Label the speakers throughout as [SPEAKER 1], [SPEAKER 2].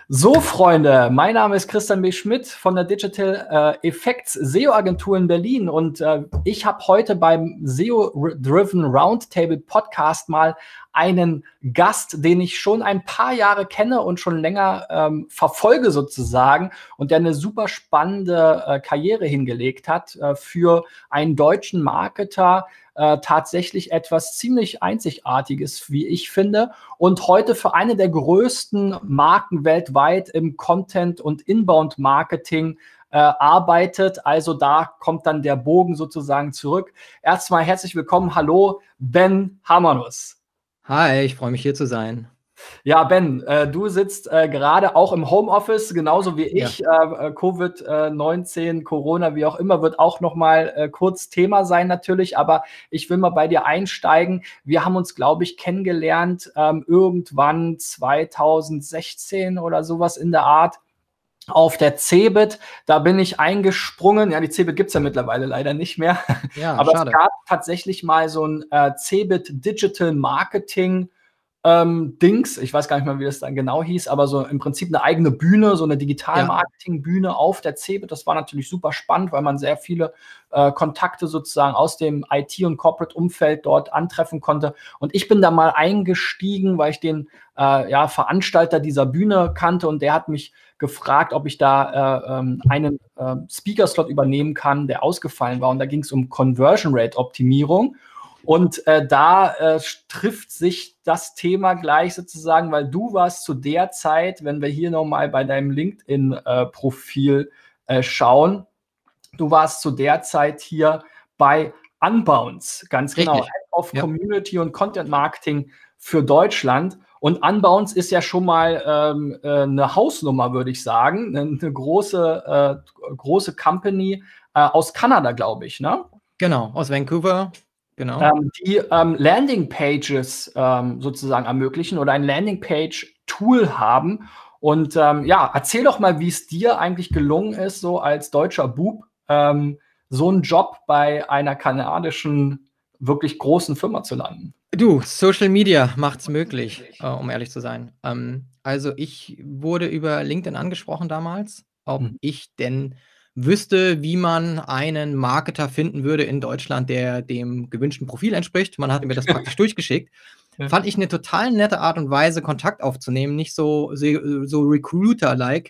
[SPEAKER 1] So, Freunde, mein Name ist Christian B. Schmidt von der Digital Effects SEO-Agentur in Berlin und ich habe heute beim SEO-Driven Roundtable Podcast mal einen Gast, den ich schon ein paar Jahre kenne und schon länger verfolge sozusagen und der eine super spannende Karriere hingelegt hat für einen deutschen Marketer, tatsächlich etwas ziemlich Einzigartiges, wie ich finde. Und heute für eine der größten Marken weltweit im Content- und Inbound-Marketing arbeitet. Also da kommt dann der Bogen sozusagen zurück. Erstmal herzlich willkommen. Hallo, Ben Hamanus.
[SPEAKER 2] Hi, ich freue mich hier zu sein.
[SPEAKER 1] Ja, Ben, du sitzt gerade auch im Homeoffice, genauso wie ich. Ja. Covid-19, Corona, wie auch immer, wird auch noch mal kurz Thema sein natürlich. Aber ich will mal bei dir einsteigen. Wir haben uns, glaube ich, kennengelernt irgendwann 2016 oder sowas in der Art. Auf der CeBIT, da bin ich eingesprungen. Ja, die CeBIT gibt's ja mittlerweile leider nicht mehr.
[SPEAKER 2] Ja,
[SPEAKER 1] aber
[SPEAKER 2] schade.
[SPEAKER 1] Es gab tatsächlich mal so ein CeBIT Digital Marketing Dings, ich weiß gar nicht mal, wie das dann genau hieß, aber so im Prinzip eine eigene Bühne, so eine Digital-Marketing-Bühne auf der CeBIT. Das war natürlich super spannend, weil man sehr viele Kontakte sozusagen aus dem IT- und Corporate-Umfeld dort antreffen konnte. Und ich bin da mal eingestiegen, weil ich den Veranstalter dieser Bühne kannte und der hat mich gefragt, ob ich da einen Speaker-Slot übernehmen kann, der ausgefallen war. Und da ging es um Conversion-Rate-Optimierung. Und da trifft sich das Thema gleich sozusagen, weil du warst zu der Zeit, wenn wir hier nochmal bei deinem LinkedIn-Profil schauen, du warst zu der Zeit hier bei Unbounce, ganz genau,
[SPEAKER 2] Richtig.
[SPEAKER 1] Head of Community und Content Marketing für Deutschland. Und Unbounce ist ja schon mal eine Hausnummer, würde ich sagen, eine große Company aus Kanada, glaube ich, ne?
[SPEAKER 2] Genau, aus Vancouver. Genau.
[SPEAKER 1] Die Landingpages sozusagen ermöglichen oder ein Landingpage-Tool haben. Und erzähl doch mal, wie es dir eigentlich gelungen ist, so als deutscher Bub, so einen Job bei einer kanadischen, wirklich großen Firma zu landen.
[SPEAKER 2] Du, Social Media macht's möglich, um ehrlich zu sein. Also ich wurde über LinkedIn angesprochen damals, ob ich denn wüsste, wie man einen Marketer finden würde in Deutschland, der dem gewünschten Profil entspricht. Man hatte mir das praktisch durchgeschickt. Ja. Fand ich eine total nette Art und Weise, Kontakt aufzunehmen, nicht so Recruiter-like.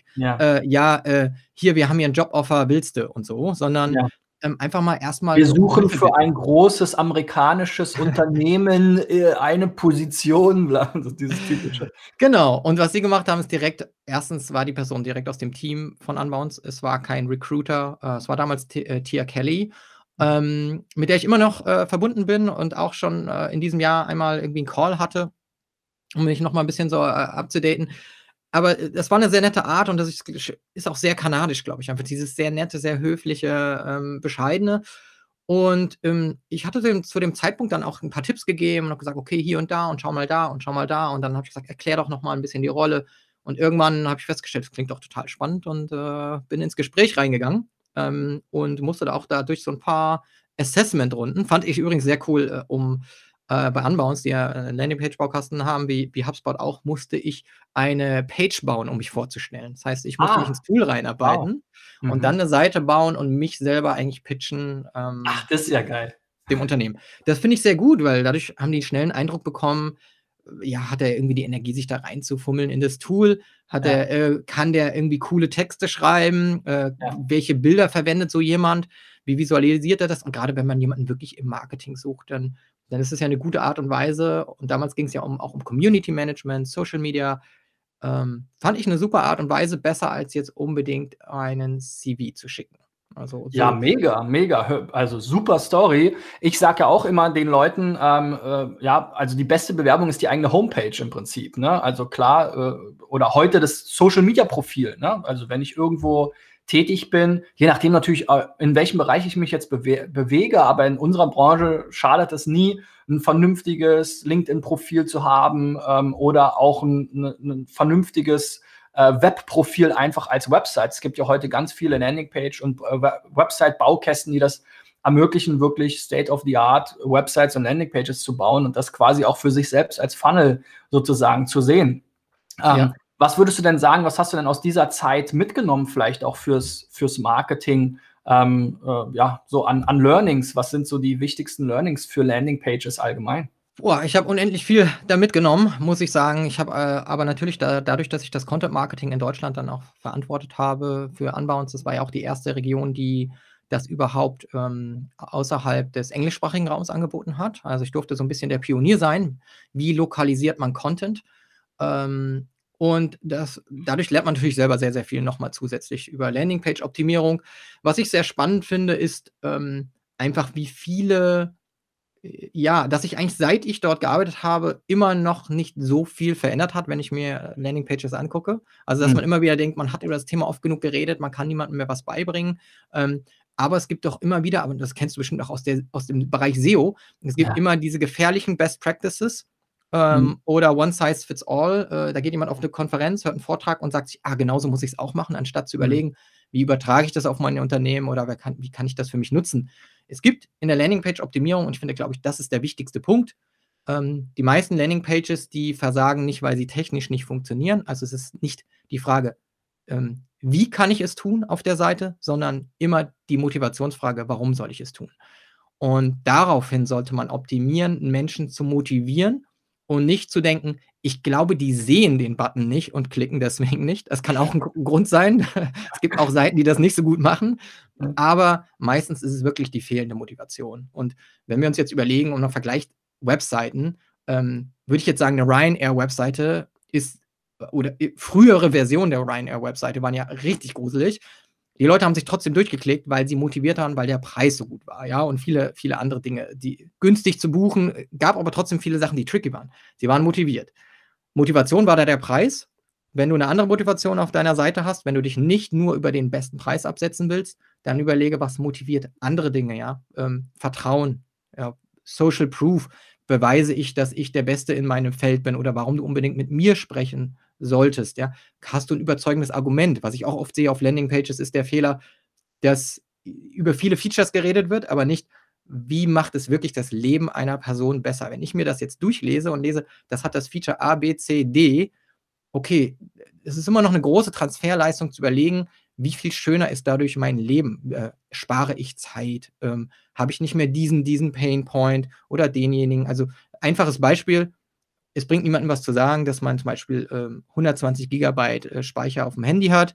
[SPEAKER 2] Hier, wir haben hier ein Joboffer, willst du und so, sondern einfach mal erstmal.
[SPEAKER 1] Wir suchen für ein großes amerikanisches Unternehmen eine Position, also dieses typische.
[SPEAKER 2] Genau. Und was sie gemacht haben, ist erstens war die Person direkt aus dem Team von Unbounce. Es war kein Recruiter. Es war damals Tia Kelly, mit der ich immer noch verbunden bin und auch schon in diesem Jahr einmal irgendwie einen Call hatte, um mich noch mal ein bisschen so abzudaten. Aber das war eine sehr nette Art und das ist auch sehr kanadisch, glaube ich. Einfach dieses sehr nette, sehr höfliche, bescheidene. Und ich hatte zu dem Zeitpunkt dann auch ein paar Tipps gegeben und habe gesagt, okay, hier und da und schau mal da und schau mal da. Und dann habe ich gesagt, erklär doch noch mal ein bisschen die Rolle. Und irgendwann habe ich festgestellt, das klingt doch total spannend und bin ins Gespräch reingegangen und musste da auch durch so ein paar Assessment-Runden. Fand ich übrigens sehr cool, bei Unbounce, die ja einen Landingpage-Baukasten haben, wie HubSpot auch, musste ich eine Page bauen, um mich vorzustellen. Das heißt, ich musste mich ins Tool reinarbeiten und dann eine Seite bauen und mich selber eigentlich pitchen.
[SPEAKER 1] Ach, das ist ja geil.
[SPEAKER 2] Dem Unternehmen. Das finde ich sehr gut, weil dadurch haben die schnell einen Eindruck bekommen, hat er irgendwie die Energie, sich da reinzufummeln in das Tool? Kann der irgendwie coole Texte schreiben? Welche Bilder verwendet so jemand? Wie visualisiert er das? Und gerade wenn man jemanden wirklich im Marketing sucht, dann ist es ja eine gute Art und Weise. Und damals ging es ja auch um Community Management, Social Media. Fand ich eine super Art und Weise, besser als jetzt unbedingt einen CV zu schicken. Also so.
[SPEAKER 1] Ja, mega. Also super Story. Ich sage ja auch immer den Leuten, also die beste Bewerbung ist die eigene Homepage im Prinzip. Ne? Also klar, oder heute das Social-Media-Profil. Ne? Also wenn ich irgendwo tätig bin, je nachdem natürlich, in welchem Bereich ich mich jetzt bewege, aber in unserer Branche schadet es nie, ein vernünftiges LinkedIn-Profil zu haben oder auch ein vernünftiges Webprofil einfach als Website. Es gibt ja heute ganz viele Landingpage- und Website-Baukästen, die das ermöglichen, wirklich State-of-the-Art Websites und Landingpages zu bauen und das quasi auch für sich selbst als Funnel sozusagen zu sehen. Was würdest du denn sagen, was hast du denn aus dieser Zeit mitgenommen, vielleicht auch fürs Marketing, ja, so an Learnings? Was sind so die wichtigsten Learnings für Landingpages allgemein?
[SPEAKER 2] Boah, ich habe unendlich viel da mitgenommen, muss ich sagen. Ich habe, aber natürlich dadurch, dass ich das Content Marketing in Deutschland dann auch verantwortet habe für Unbounce, das war ja auch die erste Region, die das überhaupt, außerhalb des englischsprachigen Raums angeboten hat. Also, ich durfte so ein bisschen der Pionier sein. Wie lokalisiert man Content? Ähm, und dadurch lernt man natürlich selber sehr, sehr viel noch mal zusätzlich über Landingpage-Optimierung. Was ich sehr spannend finde, ist, einfach wie viele ja, dass sich eigentlich, seit ich dort gearbeitet habe, immer noch nicht so viel verändert hat, wenn ich mir Landingpages angucke. Also, dass
[SPEAKER 1] Mhm.
[SPEAKER 2] man immer wieder denkt, man hat über das Thema oft genug geredet, man kann niemandem mehr was beibringen. Aber es gibt doch immer wieder, aber das kennst du bestimmt auch aus dem Bereich SEO, es gibt
[SPEAKER 1] Ja.
[SPEAKER 2] immer diese gefährlichen Best Practices,
[SPEAKER 1] Mhm.
[SPEAKER 2] oder One Size Fits All. Da geht jemand auf eine Konferenz, hört einen Vortrag und sagt sich: „Ah, genauso muss ich es auch machen“, anstatt zu
[SPEAKER 1] Mhm.
[SPEAKER 2] überlegen: „Wie übertrage ich das auf mein Unternehmen oder wie kann ich das für mich nutzen?“ Es gibt in der Landingpage-Optimierung, und ich finde, glaube ich, das ist der wichtigste Punkt, die meisten Landingpages, die versagen nicht, weil sie technisch nicht funktionieren. Also, es ist nicht die Frage, wie kann ich es tun auf der Seite, sondern immer die Motivationsfrage: „Warum soll ich es tun?“ Und daraufhin sollte man optimieren, Menschen zu motivieren und nicht zu denken: „Ich glaube, die sehen den Button nicht und klicken deswegen nicht.“ Das kann auch 'n Grund sein. Es gibt auch Seiten, die das nicht so gut machen.
[SPEAKER 1] Mhm.
[SPEAKER 2] Aber meistens ist es wirklich die fehlende Motivation. Und wenn wir uns jetzt überlegen und man vergleicht Webseiten, würde ich jetzt sagen, 'ne Ryanair-Webseite ist oder frühere Versionen der Ryanair-Webseite waren ja richtig gruselig. Die Leute haben sich trotzdem durchgeklickt, weil sie motiviert waren, weil der Preis so gut war, ja, und viele, viele andere Dinge, die günstig zu buchen, gab aber trotzdem viele Sachen, die tricky waren. Sie waren motiviert. Motivation war da der Preis. Wenn du eine andere Motivation auf deiner Seite hast, wenn du dich nicht nur über den besten Preis absetzen willst, dann überlege, was motiviert andere Dinge, ja? Vertrauen, ja, Social Proof. Beweise ich, dass ich der Beste in meinem Feld bin oder warum du unbedingt mit mir sprechen solltest, ja? Hast du ein überzeugendes Argument? Was ich auch oft sehe auf Landingpages, ist der Fehler, dass über viele Features geredet wird, aber nicht, wie macht es wirklich das Leben einer Person besser? Wenn ich mir das jetzt durchlese und lese, das hat das Feature A, B, C, D, okay, es ist immer noch eine große Transferleistung zu überlegen, wie viel schöner ist dadurch mein Leben? Spare ich Zeit? Habe ich nicht mehr diesen Painpoint oder denjenigen? Also, einfaches Beispiel, es bringt niemandem was zu sagen, dass man zum Beispiel, 120 Gigabyte, Speicher auf dem Handy hat.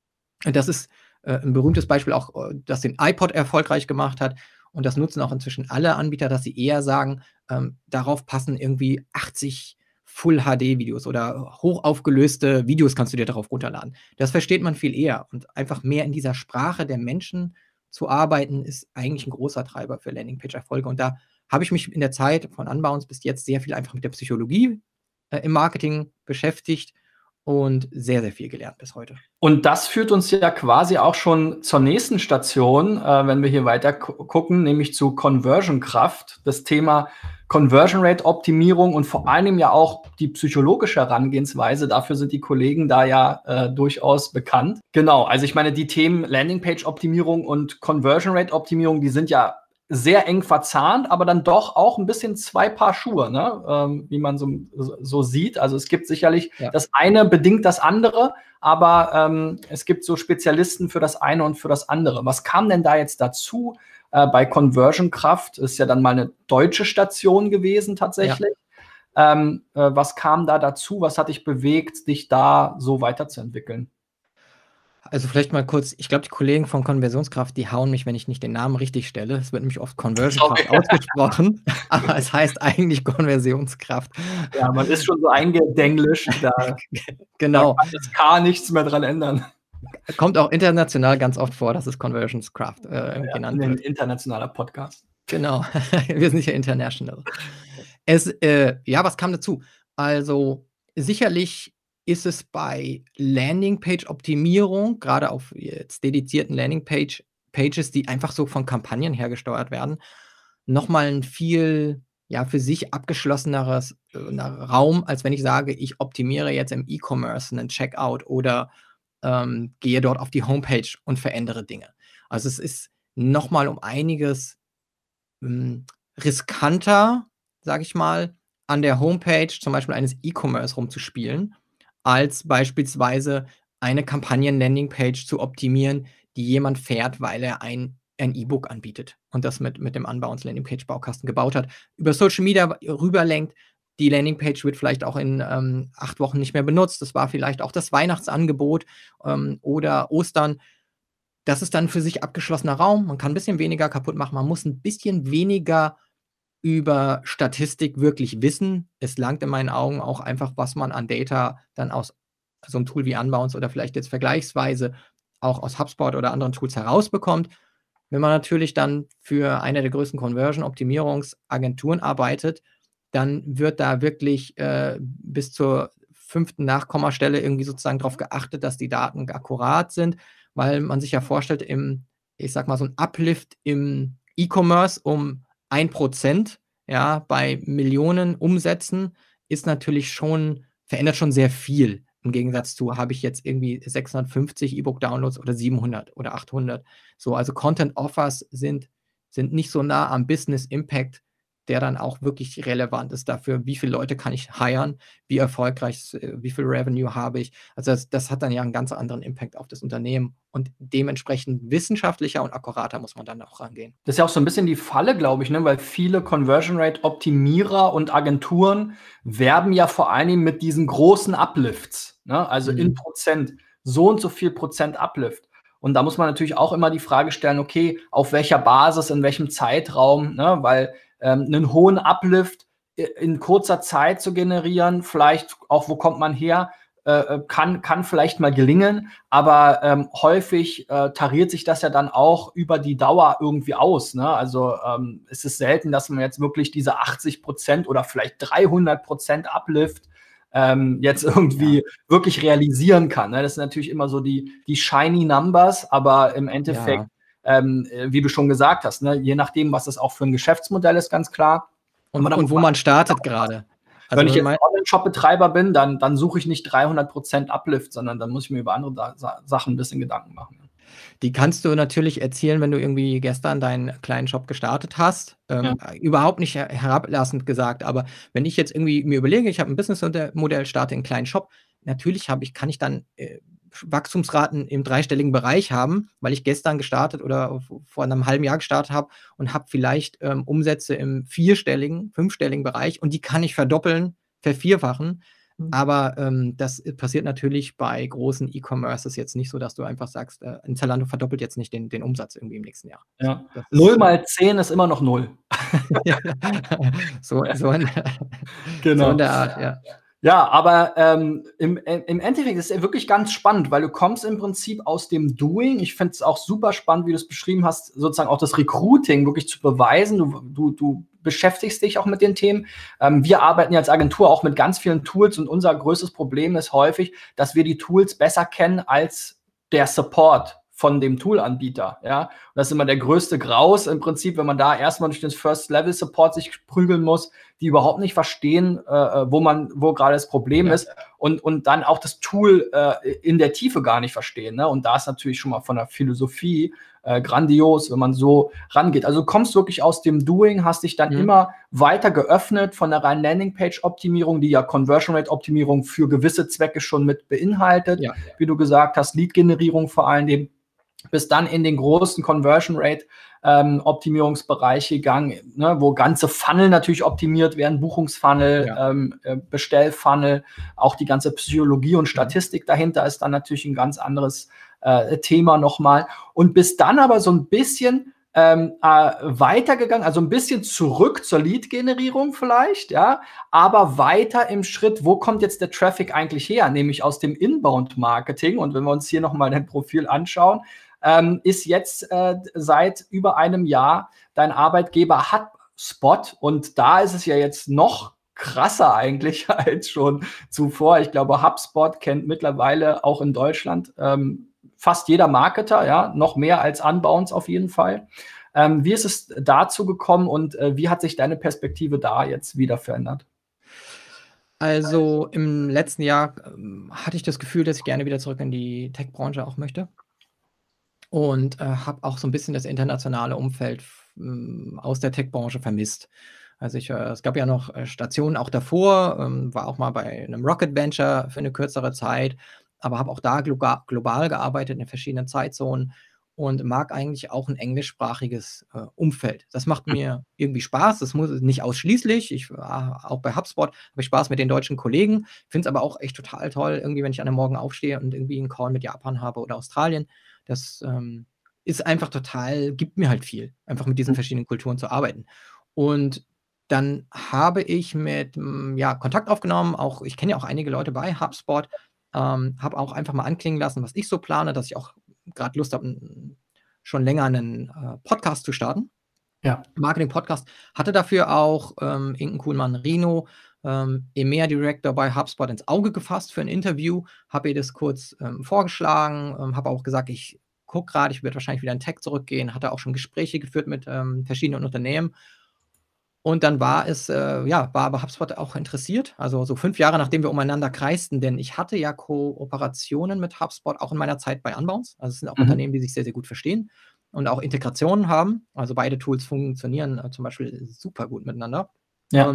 [SPEAKER 2] Das ist, 'n berühmtes Beispiel auch, das den iPod erfolgreich gemacht hat. Und das nutzen auch inzwischen alle Anbieter, dass sie eher sagen, darauf passen irgendwie 80 Full-HD-Videos oder hochaufgelöste Videos kannst du dir darauf runterladen. Das versteht man viel eher. Und einfach mehr in dieser Sprache der Menschen zu arbeiten, ist eigentlich 'n großer Treiber für Landingpage-Erfolge. Und da habe ich mich in der Zeit von Unbounce bis jetzt sehr viel einfach mit der Psychologie, im Marketing beschäftigt und sehr, sehr viel gelernt bis heute.
[SPEAKER 1] Und das führt uns ja quasi auch schon zur nächsten Station, wenn wir hier weiter gucken, nämlich zu Conversion-Kraft. Das Thema Conversion Rate Optimierung und vor allem ja auch die psychologische Herangehensweise. Dafür sind die Kollegen da ja durchaus bekannt. Genau, also ich meine, die Themen Landingpage Optimierung und Conversion Rate Optimierung, die sind ja sehr eng verzahnt, aber dann doch auch ein bisschen zwei Paar Schuhe, ne? Wie man so sieht. Also es gibt sicherlich,
[SPEAKER 2] Ja.
[SPEAKER 1] das eine bedingt das andere, aber es gibt so Spezialisten für das eine und für das andere. Was kam denn da jetzt dazu bei Conversion Kraft? Ist ja dann mal eine deutsche Station gewesen
[SPEAKER 2] Ja.
[SPEAKER 1] tatsächlich. Was kam da dazu? Was hat dich bewegt, dich da so weiterzuentwickeln?
[SPEAKER 2] Also, vielleicht mal kurz, ich glaube, die Kollegen von Konversionskraft, die hauen mich, wenn ich nicht den Namen richtig stelle. Es wird nämlich oft
[SPEAKER 1] Sorry.
[SPEAKER 2] Conversion-Kraft ausgesprochen, aber es heißt eigentlich Konversionskraft.
[SPEAKER 1] Ja, man ist schon so eingedenglischt, da
[SPEAKER 2] Genau.
[SPEAKER 1] kann das K nichts mehr dran ändern.
[SPEAKER 2] Kommt auch international ganz oft vor, dass es Conversionskraft,
[SPEAKER 1] Ja,
[SPEAKER 2] genannt
[SPEAKER 1] ein
[SPEAKER 2] wird.
[SPEAKER 1] internationaler Podcast.
[SPEAKER 2] Genau. Wir sind ja international. Ja, was kam dazu? Also, sicherlich ist es bei Landingpage-Optimierung, grade auf jetzt dedizierten Pages, die einfach so von Kampagnen her gesteuert werden, noch mal 'n viel, ja, für sich abgeschlosseneres, Raum, als wenn ich sage, ich optimiere jetzt im E-Commerce 'nen Checkout oder, gehe dort auf die Homepage und verändere Dinge. Also, es ist noch mal um einiges riskanter, sage ich mal, an der Homepage zum Beispiel eines E-Commerce rumzuspielen, als beispielsweise eine Kampagnen-Landingpage zu optimieren, die jemand fährt, weil er ein E-Book anbietet und das mit dem Unbounce Landingpage-Baukasten gebaut hat, über Social Media rüberlenkt. Die Landingpage wird vielleicht auch in 8 Wochen nicht mehr benutzt. Das war vielleicht auch das Weihnachtsangebot oder Ostern. Das ist dann für sich abgeschlossener Raum. Man kann ein bisschen weniger kaputt machen. Man muss ein bisschen weniger über Statistik wirklich wissen. Es langt in meinen Augen auch einfach, was man an Data dann aus so 'nem Tool wie Unbounce oder vielleicht jetzt vergleichsweise auch aus HubSpot oder anderen Tools herausbekommt. Wenn man natürlich dann für eine der größten Conversion-Optimierungsagenturen arbeitet, dann wird da wirklich bis zur 5. Nachkommastelle irgendwie sozusagen drauf geachtet, dass die Daten akkurat sind, weil man sich ja vorstellt, ich sage mal, so 'n Uplift im E-Commerce um 1%, ja, bei Millionen Umsätzen ist natürlich schon verändert schon sehr viel im Gegensatz zu, habe ich jetzt irgendwie 650 E-Book-Downloads oder 700 oder 800. So, also Content Offers sind nicht so nah am Business Impact, der dann auch wirklich relevant ist dafür, wie viele Leute kann ich hiren, wie erfolgreich wie viel Revenue habe ich. Also, das hat dann ja 'n ganz anderen Impact auf das Unternehmen und dementsprechend wissenschaftlicher und akkurater muss man dann auch rangehen.
[SPEAKER 1] Das ist ja auch so ein bisschen die Falle, glaube ich, ne, weil viele Conversion Rate Optimierer und Agenturen werben ja vor allen Dingen mit diesen großen Uplifts, ne? Also in
[SPEAKER 2] Mhm.
[SPEAKER 1] Prozent, so und so viel Prozent Uplift. Und da muss man natürlich auch immer die Frage stellen, okay, auf welcher Basis, in welchem Zeitraum, ne? Weil 'nen hohen Uplift in kurzer Zeit zu generieren, vielleicht auch, wo kommt man her, kann vielleicht mal gelingen, aber häufig tariert sich das ja dann auch über die Dauer irgendwie aus. Ne? Also es ist selten, dass man jetzt wirklich diese 80% oder vielleicht 300% Uplift jetzt
[SPEAKER 2] Ja,
[SPEAKER 1] irgendwie wirklich realisieren kann. Ne? Das sind natürlich immer so die shiny Numbers, aber im Endeffekt,
[SPEAKER 2] ja.
[SPEAKER 1] wie du schon gesagt hast, ne? Je nachdem, was das auch für ein Geschäftsmodell ist, ganz klar. Aber da
[SPEAKER 2] Und
[SPEAKER 1] muss
[SPEAKER 2] wo
[SPEAKER 1] man
[SPEAKER 2] man startet grade.
[SPEAKER 1] wenn
[SPEAKER 2] Also,
[SPEAKER 1] ich
[SPEAKER 2] wenn
[SPEAKER 1] jetzt
[SPEAKER 2] man
[SPEAKER 1] 'n Online-Shop-Betreiber bin, dann suche ich nicht 300% Uplift, sondern dann muss ich mir über andere Sachen 'n bisschen Gedanken machen.
[SPEAKER 2] die kannst du natürlich erzielen, wenn du irgendwie gestern deinen kleinen Shop gestartet hast.
[SPEAKER 1] Ja,
[SPEAKER 2] Überhaupt nicht herablassend gesagt, aber wenn ich jetzt irgendwie mir überlege, ich habe 'n Businessmodell, starte 'n kleinen Shop, natürlich kann ich dann Wachstumsraten im dreistelligen Bereich haben, weil ich gestern gestartet oder vor 'nem halben Jahr gestartet habe und habe vielleicht Umsätze im vierstelligen, fünfstelligen Bereich und die kann ich verdoppeln, vervierfachen. Aber das passiert natürlich bei großen E-Commerces jetzt nicht so, dass du einfach sagst, 'n Zalando verdoppelt jetzt nicht den Umsatz irgendwie im nächsten Jahr. So,
[SPEAKER 1] ja.
[SPEAKER 2] das
[SPEAKER 1] 0
[SPEAKER 2] ist
[SPEAKER 1] mal 10 ist immer noch 0.
[SPEAKER 2] so so in so in
[SPEAKER 1] Genau.
[SPEAKER 2] der Art, ja.
[SPEAKER 1] Ja, aber im Endeffekt ist es wirklich ganz spannend, weil du kommst im Prinzip aus dem Doing. Ich finde es auch super spannend, wie du es beschrieben hast, sozusagen auch das Recruiting wirklich zu beweisen. Du beschäftigst dich auch mit den Themen. Wir arbeiten ja als Agentur auch mit ganz vielen Tools und unser größtes Problem ist häufig, dass wir die Tools besser kennen als der Support von dem Toolanbieter. Ja? Und das ist immer der größte Graus im Prinzip, wenn man da erstmal durch den First-Level-Support sich prügeln muss, die überhaupt nicht verstehen, wo gerade das Problem
[SPEAKER 2] Ja.
[SPEAKER 1] ist und dann auch das Tool in der Tiefe gar nicht verstehen. Ne? Und da ist natürlich schon mal von der Philosophie grandios, wenn man so rangeht. Also du kommst wirklich aus dem Doing, hast dich dann
[SPEAKER 2] Mhm.
[SPEAKER 1] immer weiter geöffnet von der reinen Landingpage-Optimierung, die ja Conversion Rate-Optimierung für gewisse Zwecke schon mit beinhaltet,
[SPEAKER 2] Ja,
[SPEAKER 1] wie du gesagt hast, Lead-Generierung vor allen Dingen, bis dann in den großen Conversion Rate Optimierungsbereiche gegangen, ne, wo ganze Funnel natürlich optimiert werden, Buchungsfunnel,
[SPEAKER 2] ja.
[SPEAKER 1] Bestellfunnel, auch die ganze Psychologie und
[SPEAKER 2] Mhm.
[SPEAKER 1] Statistik dahinter ist dann natürlich ein ganz anderes Thema nochmal. Und bis dann aber so ein bisschen weitergegangen, also ein bisschen zurück zur Lead-Generierung vielleicht, ja, aber weiter im Schritt, wo kommt jetzt der Traffic eigentlich her? Nämlich aus dem Inbound-Marketing. Und wenn wir uns hier nochmal dein Profil anschauen, ist jetzt seit über einem Jahr dein Arbeitgeber HubSpot. Und da ist es ja jetzt noch krasser eigentlich als schon zuvor. Ich glaube, HubSpot kennt mittlerweile auch in Deutschland fast jeder Marketer, ja, noch mehr als Unbounce auf jeden Fall. Wie ist es dazu gekommen und wie hat sich deine Perspektive da jetzt wieder verändert?
[SPEAKER 2] Also, im letzten Jahr hatte ich das Gefühl, dass ich gerne wieder zurück in die Tech-Branche auch möchte und habe auch so 'n bisschen das internationale Umfeld aus der Tech-Branche vermisst. Also es gab ja noch Stationen auch davor, war auch mal bei einem Rocket Venture für eine kürzere Zeit, aber habe auch da global gearbeitet in verschiedenen Zeitzonen und mag eigentlich auch ein englischsprachiges Umfeld. Das macht mir irgendwie Spaß. Das muss nicht ausschließlich. Auch bei HubSpot habe ich Spaß mit den deutschen Kollegen. Finde es aber auch echt total toll, irgendwie, wenn ich an einem Morgen aufstehe und irgendwie einen Call mit Japan habe oder Australien. Das ist einfach gibt mir halt viel, einfach mit diesen verschiedenen Kulturen zu arbeiten. Und dann habe ich ja, Kontakt aufgenommen. Auch ich kenne ja auch einige Leute bei HubSpot. Habe auch einfach mal anklingen lassen, was ich so plane, dass ich auch gerade Lust habe, schon länger einen Podcast zu starten.
[SPEAKER 1] Ja.
[SPEAKER 2] Marketing-Podcast. Hatte dafür auch Inken Kuhlmann-Rino, EMEA Director bei HubSpot, ins Auge gefasst für ein Interview. Habe ihr das kurz vorgeschlagen. Habe auch gesagt, ich gucke gerade, ich werde wahrscheinlich wieder in Tech zurückgehen. Hatte auch schon Gespräche geführt mit verschiedenen Unternehmen. Und dann war aber HubSpot auch interessiert, also so 5 Jahre, nachdem wir umeinander kreisten, denn ich hatte ja Kooperationen mit HubSpot, auch in meiner Zeit bei Unbounce. Also, es sind auch Unternehmen, die sich sehr, sehr gut verstehen und auch Integrationen haben. Also, beide Tools funktionieren zum Beispiel super gut miteinander.
[SPEAKER 1] Ja.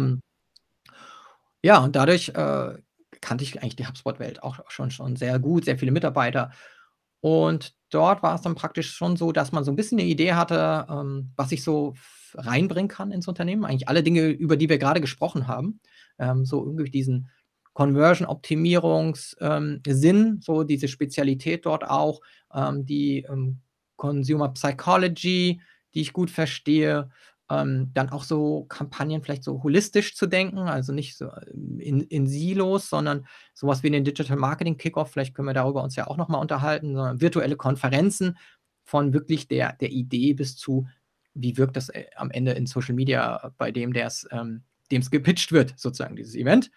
[SPEAKER 2] Ja, und dadurch kannte ich eigentlich die HubSpot-Welt auch schon sehr gut, sehr viele Mitarbeiter. Und dort war es dann praktisch schon so, dass man so 'n bisschen 'ne Idee hatte, was ich so reinbringen kann ins Unternehmen. Eigentlich alle Dinge, über die wir grade gesprochen haben. So irgendwie diesen Conversion-Optimierungs Sinn, so diese Spezialität dort auch, die Consumer Psychology, die ich gut verstehe. Dann auch so Kampagnen vielleicht so holistisch zu denken, also nicht so in Silos, sondern sowas wie den Digital Marketing Kickoff, vielleicht können wir darüber uns ja auch noch mal unterhalten, sondern virtuelle Konferenzen von wirklich der Idee bis zu, wie wirkt das am Ende in Social Media bei dem's gepitcht wird, sozusagen, dieses Event.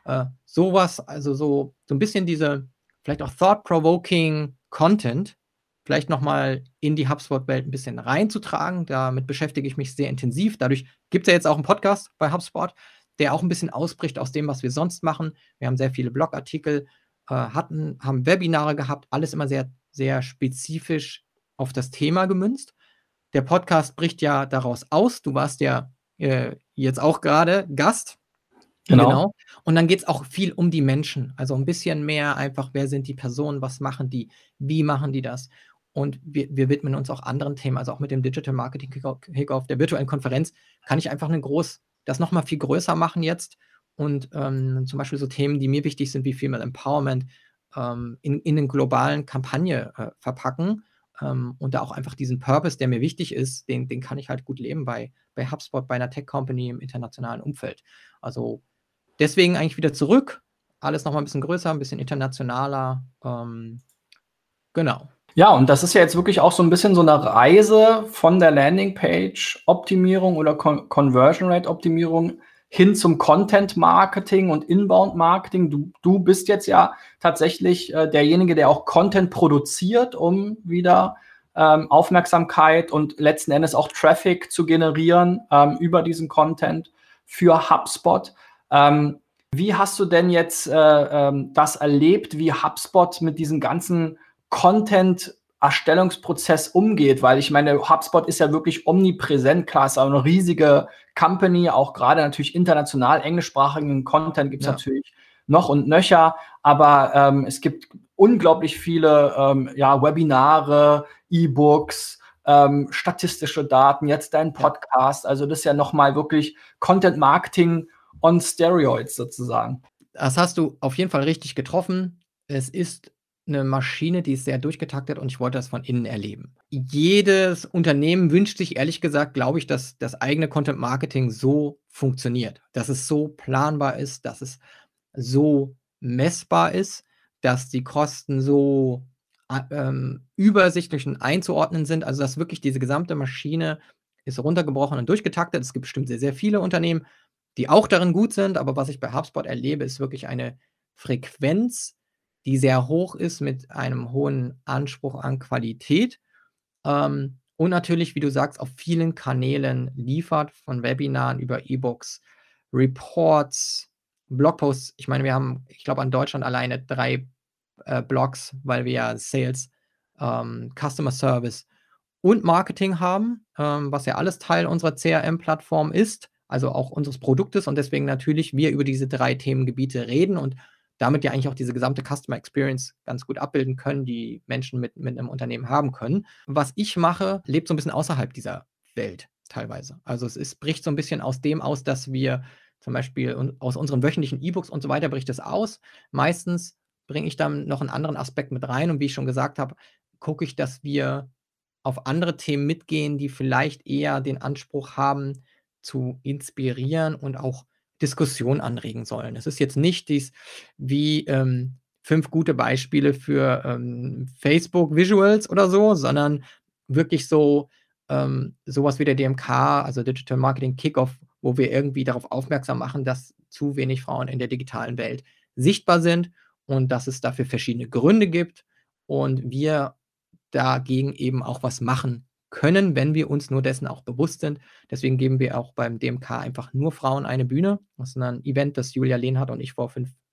[SPEAKER 2] Also so 'n bisschen diese vielleicht auch thought-provoking Content vielleicht noch mal in die HubSpot-Welt 'n bisschen reinzutragen. Damit beschäftige ich mich sehr intensiv. Dadurch gibt's ja jetzt auch 'n Podcast bei HubSpot, der auch 'n bisschen ausbricht aus dem, was wir sonst machen. Wir haben sehr viele Blogartikel, haben Webinare gehabt, alles immer sehr, sehr spezifisch auf das Thema gemünzt. Der Podcast bricht ja daraus aus. Du warst ja jetzt auch grade Gast.
[SPEAKER 1] Genau.
[SPEAKER 2] Genau. Und dann geht's auch viel um die Menschen. Also 'n bisschen mehr einfach, wer sind die Personen, was machen die, wie machen die das? Und wir widmen uns auch anderen Themen, also auch mit dem Digital Marketing Kickoff der virtuellen Konferenz kann ich einfach das noch mal viel größer machen jetzt und zum Beispiel so Themen, die mir wichtig sind, wie Female Empowerment, in 'nen globalen Kampagne verpacken, und da auch einfach diesen Purpose, der mir wichtig ist, den kann ich halt gut leben bei HubSpot, bei 'ner Tech Company im internationalen Umfeld. Also, deswegen eigentlich wieder zurück, alles noch mal 'n bisschen größer, 'n bisschen internationaler, genau.
[SPEAKER 1] Ja, und das ist ja jetzt wirklich auch so 'n bisschen so 'ne Reise von der Landingpage-Optimierung oder Conversion Rate-Optimierung hin zum Content-Marketing und Inbound-Marketing. Du bist jetzt ja tatsächlich derjenige, der auch Content produziert, um wieder Aufmerksamkeit und letzten Endes auch Traffic zu generieren über diesen Content für HubSpot. Wie hast du denn jetzt das erlebt, wie HubSpot mit diesen ganzen Content-Erstellungsprozess umgeht? Weil ich meine, HubSpot ist ja wirklich omnipräsent. Klar, ist auch eine riesige Company, auch gerade natürlich international englischsprachigen Content gibt's natürlich noch und nöcher, aber es gibt unglaublich viele Webinare, E-Books, statistische Daten, jetzt dein Podcast. Also das ist ja noch mal wirklich Content-Marketing on Steroids sozusagen.
[SPEAKER 2] Das hast du auf jeden Fall richtig getroffen. Es ist 'ne Maschine, die ist sehr durchgetaktet und ich wollte das von innen erleben. Jedes Unternehmen wünscht sich ehrlich gesagt, glaube ich, dass das eigene Content Marketing so funktioniert, dass es so planbar ist, dass es so messbar ist, dass die Kosten so übersichtlich und einzuordnen sind. Also, dass wirklich diese gesamte Maschine ist runtergebrochen und durchgetaktet. Es gibt bestimmt sehr, sehr viele Unternehmen, die auch darin gut sind, aber was ich bei HubSpot erlebe, ist wirklich eine Frequenz, die sehr hoch ist mit einem hohen Anspruch an Qualität, und natürlich, wie du sagst, auf vielen Kanälen liefert, von Webinaren über E-Books, Reports, Blogposts. Ich meine, wir haben, ich glaube, an Deutschland alleine 3 Blogs, weil wir ja Sales, Customer Service und Marketing haben, was ja alles Teil unserer CRM-Plattform ist. also auch unseres Produktes und deswegen natürlich wir über diese 3 Themengebiete reden und damit ja eigentlich auch diese gesamte Customer Experience ganz gut abbilden können, die Menschen mit 'nem Unternehmen haben können. Was ich mache, lebt so 'n bisschen außerhalb dieser Welt teilweise. Also, bricht so 'n bisschen aus dem aus, dass wir zum Beispiel aus unseren wöchentlichen E-Books und so weiter bricht es aus. Meistens bringe ich dann noch 'n anderen Aspekt mit rein und wie ich schon gesagt habe, gucke ich, dass wir auf andere Themen mitgehen, die vielleicht eher den Anspruch haben, zu inspirieren und auch Diskussion anregen sollen. Es ist jetzt nicht wie 5 gute Beispiele für, Facebook Visuals oder so, sondern wirklich so, so wie der DMK, also Digital Marketing Kickoff, wo wir irgendwie darauf aufmerksam machen, dass zu wenig Frauen in der digitalen Welt sichtbar sind und dass es dafür verschiedene Gründe gibt und wir dagegen eben auch was machen können, wenn wir uns nur dessen auch bewusst sind. Deswegen geben wir auch beim DMK einfach nur Frauen eine Bühne. Das ist 'n Event, das Julia Lehnhardt und ich vor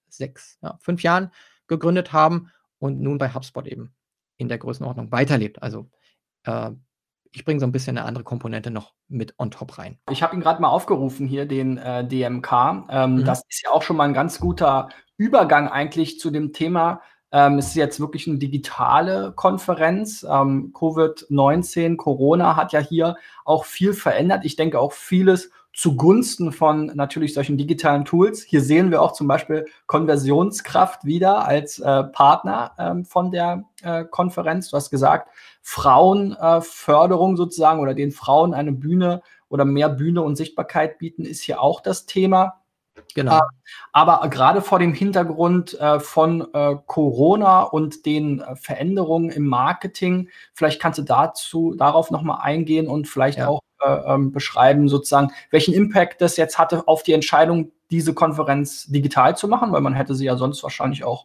[SPEAKER 2] 5 Jahren gegründet haben und nun bei HubSpot eben in der Größenordnung weiterlebt. Also, äh, ich bringe so 'n bisschen 'ne andere Komponente noch mit on top rein.
[SPEAKER 1] Ich habe ihn gerade mal aufgerufen hier, den DMK.
[SPEAKER 2] Mhm.
[SPEAKER 1] Das ist ja auch schon mal ein ganz guter Übergang eigentlich zu dem Thema. Es ist jetzt wirklich eine digitale Konferenz. Covid-19, Corona hat ja hier auch viel verändert. Ich denke auch vieles zugunsten von natürlich solchen digitalen Tools. Hier sehen wir auch zum Beispiel Konversionskraft wieder als Partner von der Konferenz. Du hast gesagt, Frauenförderung sozusagen oder den Frauen eine Bühne oder mehr Bühne und Sichtbarkeit bieten, ist hier auch das Thema. Äh,
[SPEAKER 2] Genau.
[SPEAKER 1] aber gerade vor dem Hintergrund von Corona und den Veränderungen im Marketing, vielleicht kannst du darauf noch mal eingehen und vielleicht
[SPEAKER 2] Ja.
[SPEAKER 1] auch beschreiben, sozusagen, welchen Impact das jetzt hatte auf die Entscheidung, diese Konferenz digital zu machen, weil man hätte sie ja sonst wahrscheinlich auch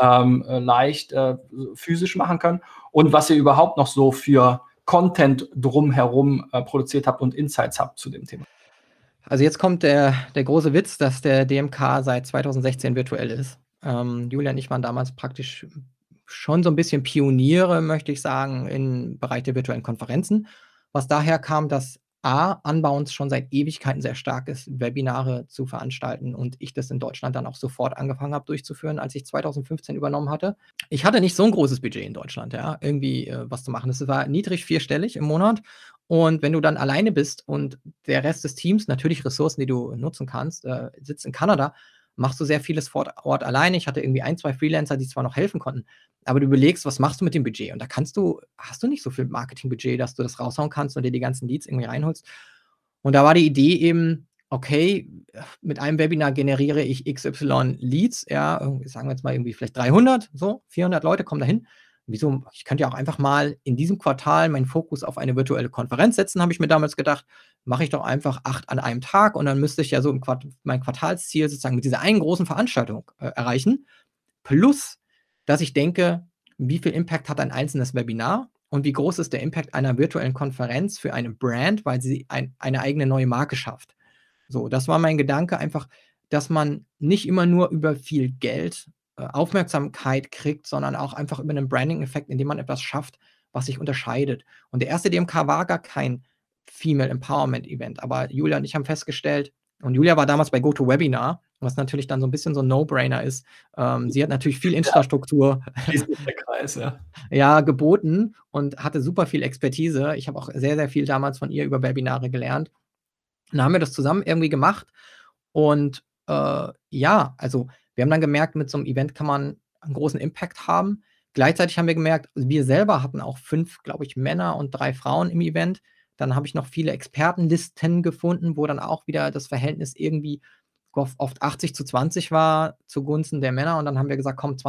[SPEAKER 1] leicht physisch machen können und was ihr überhaupt noch so für Content drumherum produziert habt und Insights habt zu dem Thema.
[SPEAKER 2] Also, jetzt kommt der große Witz, dass der DMK seit 2016 virtuell ist. Julia und ich waren damals praktisch schon so 'n bisschen Pioniere, möchte ich sagen, im Bereich der virtuellen Konferenzen, was daher kam, dass A, Unbounce schon seit Ewigkeiten sehr stark ist, Webinare zu veranstalten und ich das in Deutschland dann auch sofort angefangen habe durchzuführen, als ich 2015 übernommen hatte. Ich hatte nicht so 'n großes Budget in Deutschland, ja, irgendwie, was zu machen. Das war niedrig vierstellig im Monat und wenn du dann alleine bist und der Rest des Teams, natürlich Ressourcen, die du nutzen kannst, sitzt in Kanada, machst du sehr vieles vor Ort alleine. Ich hatte irgendwie 1, 2 Freelancer, die zwar noch helfen konnten, aber du überlegst, was machst du mit dem Budget? Und da hast du nicht so viel Marketingbudget, dass du das raushauen kannst und dir die ganzen Leads irgendwie reinholst. Und da war die Idee eben, okay, mit einem Webinar generiere ich XY Leads, ja, sagen wir jetzt mal irgendwie vielleicht 300, so, 400 Leute kommen dahin. Wieso? Ich könnte ja auch einfach mal in diesem Quartal meinen Fokus auf eine virtuelle Konferenz setzen, habe ich mir damals gedacht. Mache ich doch einfach 8 an einem Tag und dann müsste ich ja so mein Quartalsziel sozusagen mit dieser einen großen Veranstaltung erreichen. Plus, dass ich denke, wie viel Impact hat ein einzelnes Webinar und wie groß ist der Impact einer virtuellen Konferenz für eine Brand, weil sie eine eigene neue Marke schafft. So, das war mein Gedanke einfach, dass man nicht immer nur über viel Geld, Aufmerksamkeit kriegt, sondern auch einfach über 'nen Branding-Effekt, indem man etwas schafft, was sich unterscheidet. Und der erste DMK war gar kein Female Empowerment Event, aber Julia und ich haben festgestellt und Julia war damals bei GoToWebinar, was natürlich dann so 'n bisschen so 'n No-Brainer ist. Sie hat natürlich viel
[SPEAKER 1] Ja,
[SPEAKER 2] Infrastruktur
[SPEAKER 1] schließt sich der Kreis, ja.
[SPEAKER 2] ja, geboten und hatte super viel Expertise. Ich habe auch sehr, sehr viel damals von ihr über Webinare gelernt. Dann haben wir das zusammen irgendwie gemacht und, ja, also, wir haben dann gemerkt, mit so 'nem Event kann man 'n großen Impact haben. Gleichzeitig haben wir gemerkt, wir selber hatten auch 5, glaube ich, Männer und 3 Frauen im Event. Dann habe ich noch viele Expertenlisten gefunden, wo dann auch wieder das Verhältnis irgendwie oft 80:20 war zugunsten der Männer und dann haben wir gesagt: „Komm,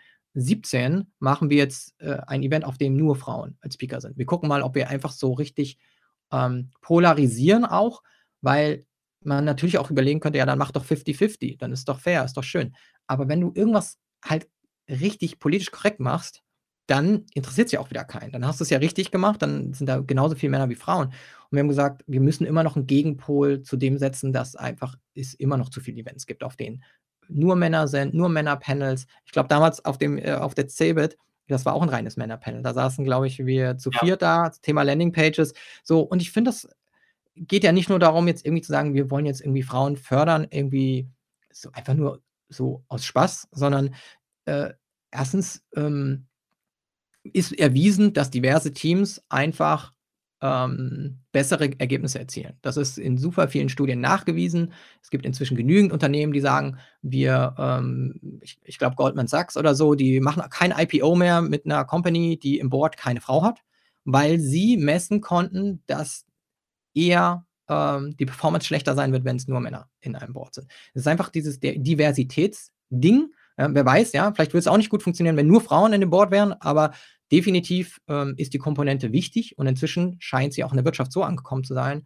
[SPEAKER 2] 2017 machen wir jetzt, ein Event, auf dem nur Frauen als Speaker sind. Wir gucken mal, ob wir einfach so richtig, polarisieren auch, weil man natürlich auch überlegen könnte, ja, dann mach doch 50-50, dann ist doch fair, ist doch schön. Aber wenn du irgendwas halt richtig politisch korrekt machst, dann interessiert's ja auch wieder keinen. Dann hast du's ja richtig gemacht, dann sind da genauso viele Männer wie Frauen. Und wir haben gesagt, wir müssen immer noch 'n Gegenpol zu dem setzen, dass einfach es immer noch zu viele Events gibt, auf denen nur Männer sind, nur Männerpanels. Ich glaube, damals auf der CeBIT, das war auch 'n reines Männerpanel. Da saßen, glaube ich, wir zu
[SPEAKER 1] Ja.
[SPEAKER 2] viert da, Thema Landingpages. So, und ich finde das geht ja nicht nur darum, jetzt irgendwie zu sagen, wir wollen jetzt irgendwie Frauen fördern, irgendwie so einfach nur so aus Spaß, sondern, äh, 1., ist erwiesen, dass diverse Teams einfach, bessere Ergebnisse erzielen. Das ist in super vielen Studien nachgewiesen. Es gibt inzwischen genügend Unternehmen, die sagen, wir, ich glaube Goldman Sachs oder so, die machen kein IPO mehr mit einer Company, die im Board keine Frau hat, weil sie messen konnten, dass eher, die Performance schlechter sein wird, wenn es nur Männer in einem Board sind. Es ist einfach dieses Diversitätsding. Wer weiß, ja, vielleicht würde es auch nicht gut funktionieren, wenn nur Frauen in dem Board wären, aber definitiv, ist die Komponente wichtig und inzwischen scheint sie auch in der Wirtschaft so angekommen zu sein,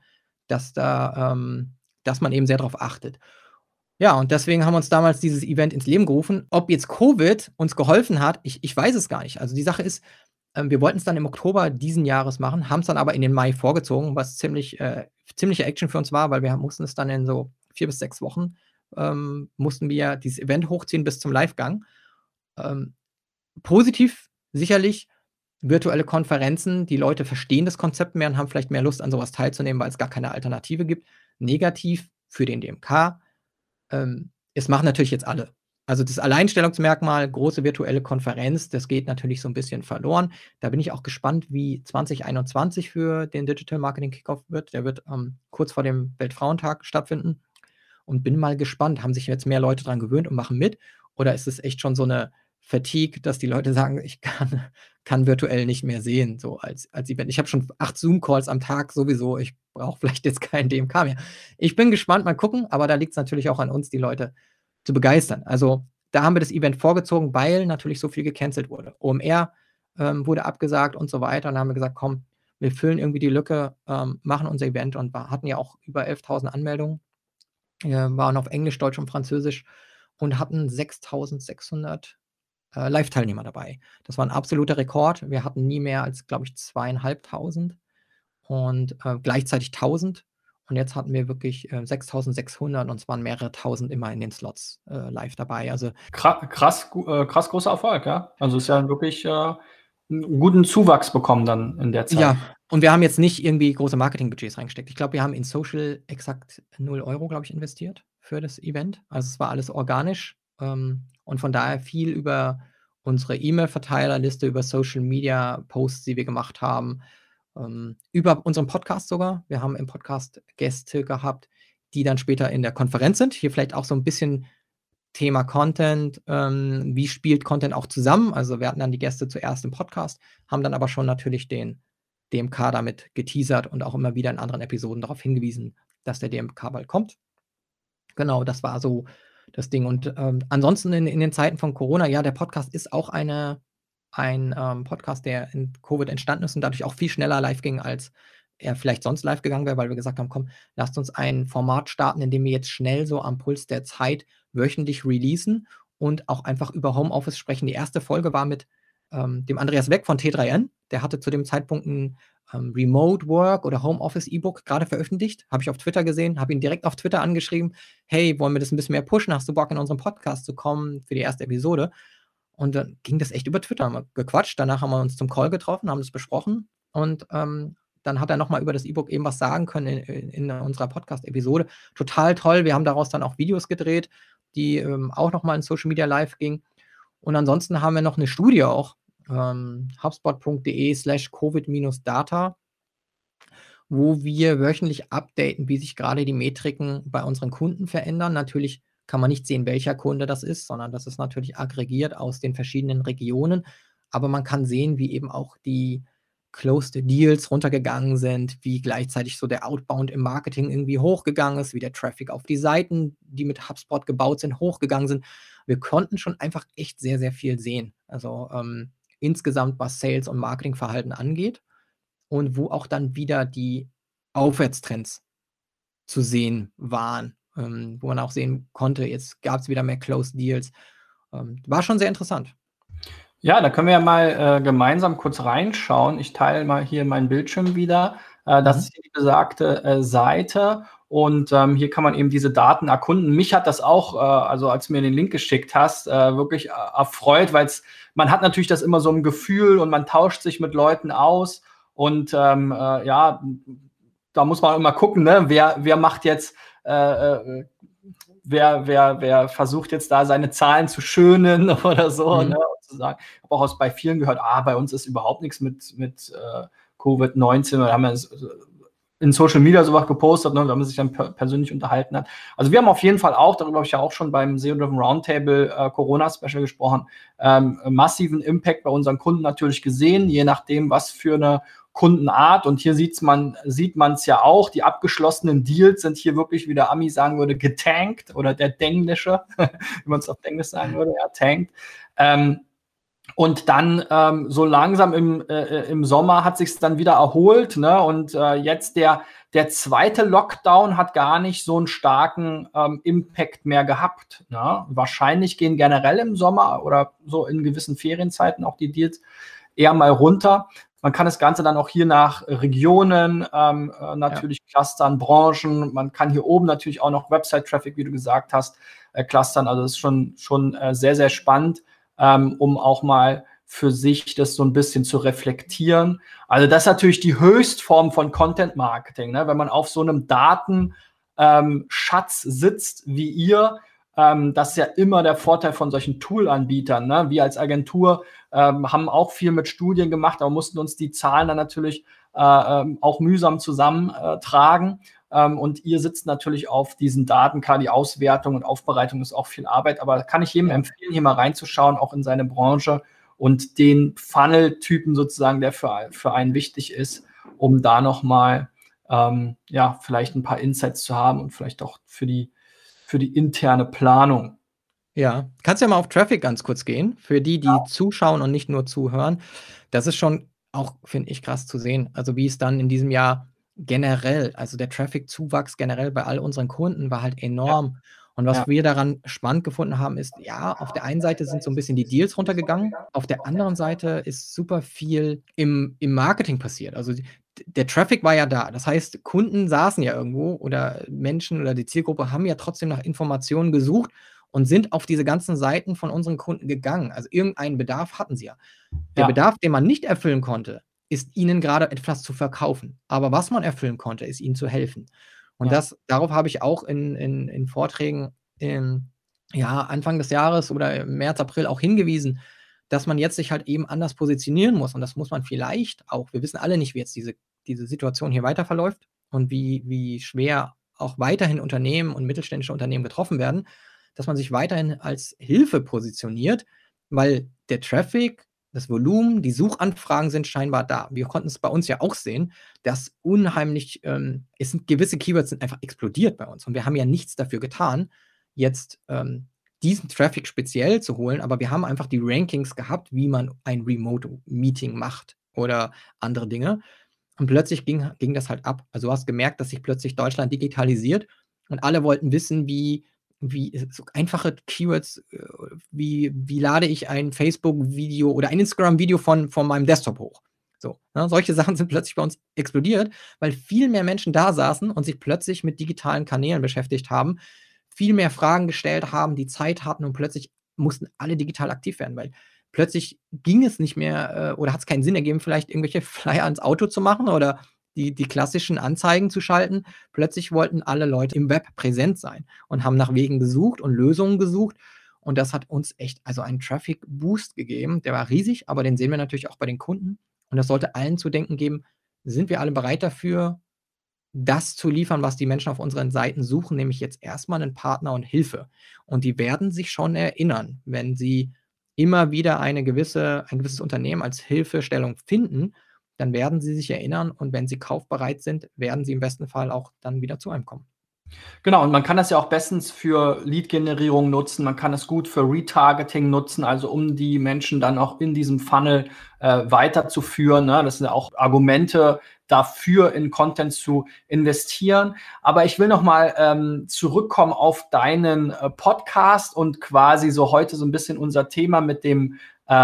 [SPEAKER 2] dass man eben sehr darauf achtet. Ja, und deswegen haben wir uns damals dieses Event ins Leben gerufen. Ob jetzt Covid uns geholfen hat, ich weiß es gar nicht. Also, die Sache ist, wir wollten es dann im Oktober diesen Jahres machen, haben es dann aber in den Mai vorgezogen, was ziemliche Action für uns war, weil wir mussten es dann in so 4 bis 6 Wochen, mussten wir dieses Event hochziehen bis zum Livegang. Ähm, Positiv sicherlich virtuelle Konferenzen, die Leute verstehen das Konzept mehr und haben vielleicht mehr Lust, an sowas teilzunehmen, weil es gar keine Alternative gibt. Negativ für den DMK, es machen natürlich jetzt alle. Also, das Alleinstellungsmerkmal, große virtuelle Konferenz, das geht natürlich so 'n bisschen verloren. Da bin ich auch gespannt, wie 2021 für den Digital Marketing Kickoff wird. Der wird, kurz vor dem Weltfrauentag stattfinden und bin mal gespannt, haben sich jetzt mehr Leute dran gewöhnt und machen mit? Oder ist es echt schon so 'ne Fatigue, dass die Leute sagen: „Ich kann virtuell nicht mehr sehen“, so als Event. Ich habe schon 8 Zoom-Calls am Tag sowieso. Ich brauche vielleicht jetzt keinen DMK mehr. Ich bin gespannt, mal gucken, aber da liegt's natürlich auch an uns, die Leute zu begeistern. Also, da haben wir das Event vorgezogen, weil natürlich so viel gecancelt wurde. OMR, wurde abgesagt und so weiter. Und dann haben wir gesagt: „Komm, wir füllen irgendwie die Lücke, machen unser Event“ und wir hatten ja auch über 11.000 Anmeldungen, waren auf Englisch, Deutsch und Französisch und hatten 6.600 Live-Teilnehmer dabei. Das war 'n absoluter Rekord. Wir hatten nie mehr als, glaube ich, 2.500 und, gleichzeitig 1.000 und jetzt hatten wir wirklich, 6.600 und es waren mehrere Tausend immer in den Slots, live dabei. Also,
[SPEAKER 1] Krass großer Erfolg, ja? Also, ist ja wirklich, 'n guten Zuwachs bekommen dann in der Zeit.
[SPEAKER 2] ja, und wir haben jetzt nicht irgendwie große Marketingbudgets reingesteckt. Ich glaube, wir haben in Social exakt 0 € glaube ich, investiert für das Event. Also, es war alles organisch, und von daher viel über unsere E-Mail-Verteilerliste, über Social Media Posts, die wir gemacht haben, über unseren Podcast sogar. Wir haben im Podcast Gäste gehabt, die dann später in der Konferenz sind. Hier vielleicht auch so 'n bisschen Thema Content, wie spielt Content auch zusammen? Also, wir hatten dann die Gäste zuerst im Podcast, haben dann aber schon natürlich den DMK damit geteasert und auch immer wieder in anderen Episoden darauf hingewiesen, dass der DMK bald kommt. Genau, das war so das Ding. Und, ansonsten in den Zeiten von Corona, ja, der Podcast ist auch ein, Podcast, der in Covid entstanden ist und dadurch auch viel schneller live ging, als er vielleicht sonst live gegangen wäre, weil wir gesagt haben: „Komm, lasst uns ein Format starten, in dem wir jetzt schnell so am Puls der Zeit wöchentlich releasen und auch einfach über Homeoffice sprechen.“ Die erste Folge war mit, dem Andreas Weck von T3N. Der hatte zu dem Zeitpunkt 'n, Remote Work oder Homeoffice E-Book grade veröffentlicht. Habe ich auf Twitter gesehen, habe ihn direkt auf Twitter angeschrieben: „Hey, wollen wir das 'n bisschen mehr pushen? Hast du Bock, in unseren Podcast zu kommen für die erste Episode?“ Und dann ging das echt über Twitter, haben wir gequatscht. Danach haben wir uns zum Call getroffen, haben das besprochen und, dann hat er noch mal über das E-Book eben was sagen können in unserer Podcast-Episode. Total toll. Wir haben daraus dann auch Videos gedreht, die, auch noch mal in Social Media live gingen. Und ansonsten haben wir noch 'ne Studie auch, hubspot.de/covid-data, wo wir wöchentlich updaten, wie sich grade die Metriken bei unseren Kunden verändern. Natürlich kann man nicht sehen, welcher Kunde das ist, sondern das ist natürlich aggregiert aus den verschiedenen Regionen. Aber man kann sehen, wie eben auch die Closed Deals runtergegangen sind, wie gleichzeitig so der Outbound im Marketing irgendwie hochgegangen ist, wie der Traffic auf die Seiten, die mit HubSpot gebaut sind, hochgegangen sind. Wir konnten schon einfach echt sehr, sehr viel sehen. Also, insgesamt, was Sales und Marketingverhalten angeht und wo auch dann wieder die Aufwärtstrends zu sehen waren, wo man auch sehen konnte, jetzt gab's wieder mehr Closed Deals. War schon sehr interessant.
[SPEAKER 1] Ja, da können wir ja mal, gemeinsam kurz reinschauen. Ich teile mal hier meinen Bildschirm wieder. Das
[SPEAKER 2] Mhm.
[SPEAKER 1] ist hier die besagte, Seite und, hier kann man eben diese Daten erkunden. Mich hat das auch, also als du mir den Link geschickt hast, wirklich erfreut, weil's man hat natürlich das immer so im Gefühl und man tauscht sich mit Leuten aus und, ja, da muss man immer gucken, ne? Wer macht jetzt, wer versucht jetzt da seine Zahlen zu schönen oder so, ne? Und zu sagen, ich habe auch bei vielen gehört, bei uns ist überhaupt nichts mit Covid-19, wir haben ja in Social Media sowas gepostet, ne, wenn man sich dann persönlich unterhalten hat. Also wir haben auf jeden Fall auch, darüber habe ich ja auch schon beim SEO-Driven Roundtable Corona-Special gesprochen, massiven Impact bei unseren Kunden natürlich gesehen, je nachdem, was für eine Kundenart. Und hier sieht man es ja auch, die abgeschlossenen Deals sind hier wirklich, wie der Ami sagen würde, getankt oder der Denglische, wie man es auf Englisch sagen würde, ja, tanked. Und dann so langsam im Sommer hat sich es dann wieder erholt, ne? Und jetzt der zweite Lockdown hat gar nicht so einen starken Impact mehr gehabt, ne? Wahrscheinlich gehen generell im Sommer oder so in gewissen Ferienzeiten auch die Deals eher mal runter. Man kann das Ganze dann auch hier nach Regionen natürlich clustern, Branchen. Man kann hier oben natürlich auch noch Website-Traffic, wie du gesagt hast, clustern. Also das ist schon sehr, sehr spannend, um auch mal für sich das so ein bisschen zu reflektieren. Also das ist natürlich die Höchstform von Content-Marketing, ne? Wenn man auf so einem Datenschatz sitzt wie ihr, das ist ja immer der Vorteil von solchen Tool-Anbietern, ne? Wir als Agentur haben auch viel mit Studien gemacht, aber mussten uns die Zahlen dann natürlich auch mühsam zusammentragen. Und ihr sitzt natürlich auf diesen Daten, klar, die Auswertung und Aufbereitung ist auch viel Arbeit, aber kann ich jedem empfehlen, hier mal reinzuschauen, auch in seine Branche und den Funnel-Typen sozusagen, der für einen wichtig ist, um da nochmal vielleicht ein paar Insights zu haben und vielleicht auch für die interne Planung.
[SPEAKER 2] Ja, kannst ja mal auf Traffic ganz kurz gehen, für die zuschauen und nicht nur zuhören. Das ist schon auch, finde ich, krass zu sehen. Also, wie es dann in diesem Jahr generell, also der Traffic-Zuwachs generell bei all unseren Kunden war halt enorm. Und was wir daran spannend gefunden haben, ist, auf der einen Seite sind so ein bisschen die Deals runtergegangen, auf der anderen Seite ist super viel im Marketing passiert. Also, der Traffic war ja da. Das heißt, Kunden saßen ja irgendwo oder Menschen oder die Zielgruppe haben ja trotzdem nach Informationen gesucht und sind auf diese ganzen Seiten von unseren Kunden gegangen. Also, irgendeinen Bedarf hatten sie ja. Der Bedarf, den man nicht erfüllen konnte, ist ihnen gerade etwas zu verkaufen. Aber was man erfüllen konnte, ist ihnen zu helfen. Und darauf habe ich auch in Vorträgen Anfang des Jahres oder im März, April auch hingewiesen, dass man jetzt sich halt eben anders positionieren muss. Und das muss man vielleicht auch, wir wissen alle nicht, wie jetzt diese Situation hier weiter verläuft und wie schwer auch weiterhin Unternehmen und mittelständische Unternehmen getroffen werden, dass man sich weiterhin als Hilfe positioniert, weil der Traffic, das Volumen, die Suchanfragen sind scheinbar da. Wir konnten es bei uns ja auch sehen, dass unheimlich, gewisse Keywords sind einfach explodiert bei uns und wir haben ja nichts dafür getan, jetzt diesen Traffic speziell zu holen, aber wir haben einfach die Rankings gehabt, wie man ein Remote-Meeting macht oder andere Dinge. Und plötzlich ging das halt ab. Also du hast gemerkt, dass sich plötzlich Deutschland digitalisiert und alle wollten wissen, wie so einfache Keywords, wie lade ich ein Facebook-Video oder ein Instagram-Video von meinem Desktop hoch? So, ne? Solche Sachen sind plötzlich bei uns explodiert, weil viel mehr Menschen da saßen und sich plötzlich mit digitalen Kanälen beschäftigt haben, viel mehr Fragen gestellt haben, die Zeit hatten und plötzlich mussten alle digital aktiv werden, weil plötzlich ging es nicht mehr oder hat es keinen Sinn ergeben, vielleicht irgendwelche Flyer ans Auto zu machen oder die klassischen Anzeigen zu schalten. Plötzlich wollten alle Leute im Web präsent sein und haben nach Wegen gesucht und Lösungen gesucht. Und das hat uns echt einen Traffic-Boost gegeben. Der war riesig, aber den sehen wir natürlich auch bei den Kunden. Und das sollte allen zu denken geben, sind wir alle bereit dafür, das zu liefern, was die Menschen auf unseren Seiten suchen, nämlich jetzt erstmal einen Partner und Hilfe. Und die werden sich schon erinnern, wenn sie immer wieder ein gewisses Unternehmen als Hilfestellung finden, dann werden sie sich erinnern und wenn sie kaufbereit sind, werden sie im besten Fall auch dann wieder zu einem kommen.
[SPEAKER 1] Genau, und man kann das ja auch bestens für Lead-Generierung nutzen, man kann es gut für Retargeting nutzen, also um die Menschen dann auch in diesem Funnel weiterzuführen, ne? Das sind ja auch Argumente dafür, in Content zu investieren. Aber ich will noch mal zurückkommen auf deinen Podcast und quasi so heute so ein bisschen unser Thema mit dem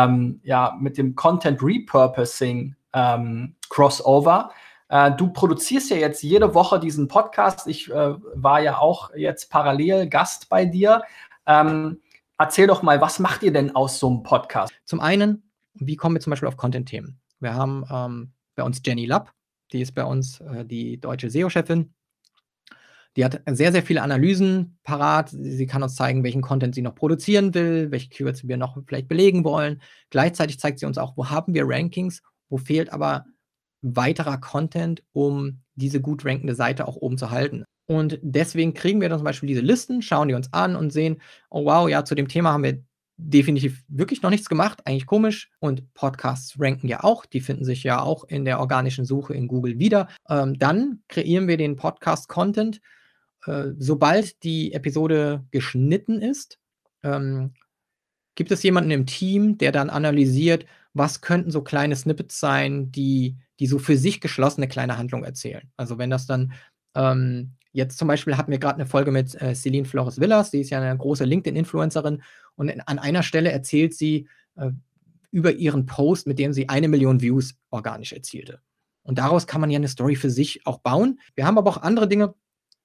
[SPEAKER 1] Content Repurposing Crossover. Du produzierst ja jetzt jede Woche diesen Podcast. Ich war ja auch jetzt parallel Gast bei dir. Erzähl doch mal, was macht ihr denn aus so einem Podcast?
[SPEAKER 2] Zum einen, wie kommen wir zum Beispiel auf Content-Themen? Wir haben bei uns Jenny Lapp, die ist bei uns die deutsche SEO-Chefin. Die hat sehr, sehr viele Analysen parat. Sie kann uns zeigen, welchen Content sie noch produzieren will, welche Keywords wir noch vielleicht belegen wollen. Gleichzeitig zeigt sie uns auch, wo haben wir Rankings, wo fehlt aber weiterer Content, um diese gut rankende Seite auch oben zu halten. Und deswegen kriegen wir dann zum Beispiel diese Listen, schauen die uns an und sehen, oh wow, ja, zu dem Thema haben wir definitiv wirklich noch nichts gemacht, eigentlich komisch. Und Podcasts ranken ja auch, die finden sich ja auch in der organischen Suche in Google wieder. Dann kreieren wir den Podcast-Content. Sobald die Episode geschnitten ist, gibt es jemanden im Team, der dann analysiert, was könnten so kleine Snippets sein, die so für sich geschlossene kleine Handlung erzählen. Also wenn das dann jetzt zum Beispiel hatten wir gerade eine Folge mit Celine Flores Villas, die ist ja eine große LinkedIn-Influencerin und an einer Stelle erzählt sie über ihren Post, mit dem sie 1 Million Views organisch erzielte. Und daraus kann man ja eine Story für sich auch bauen. Wir haben aber auch andere Dinge,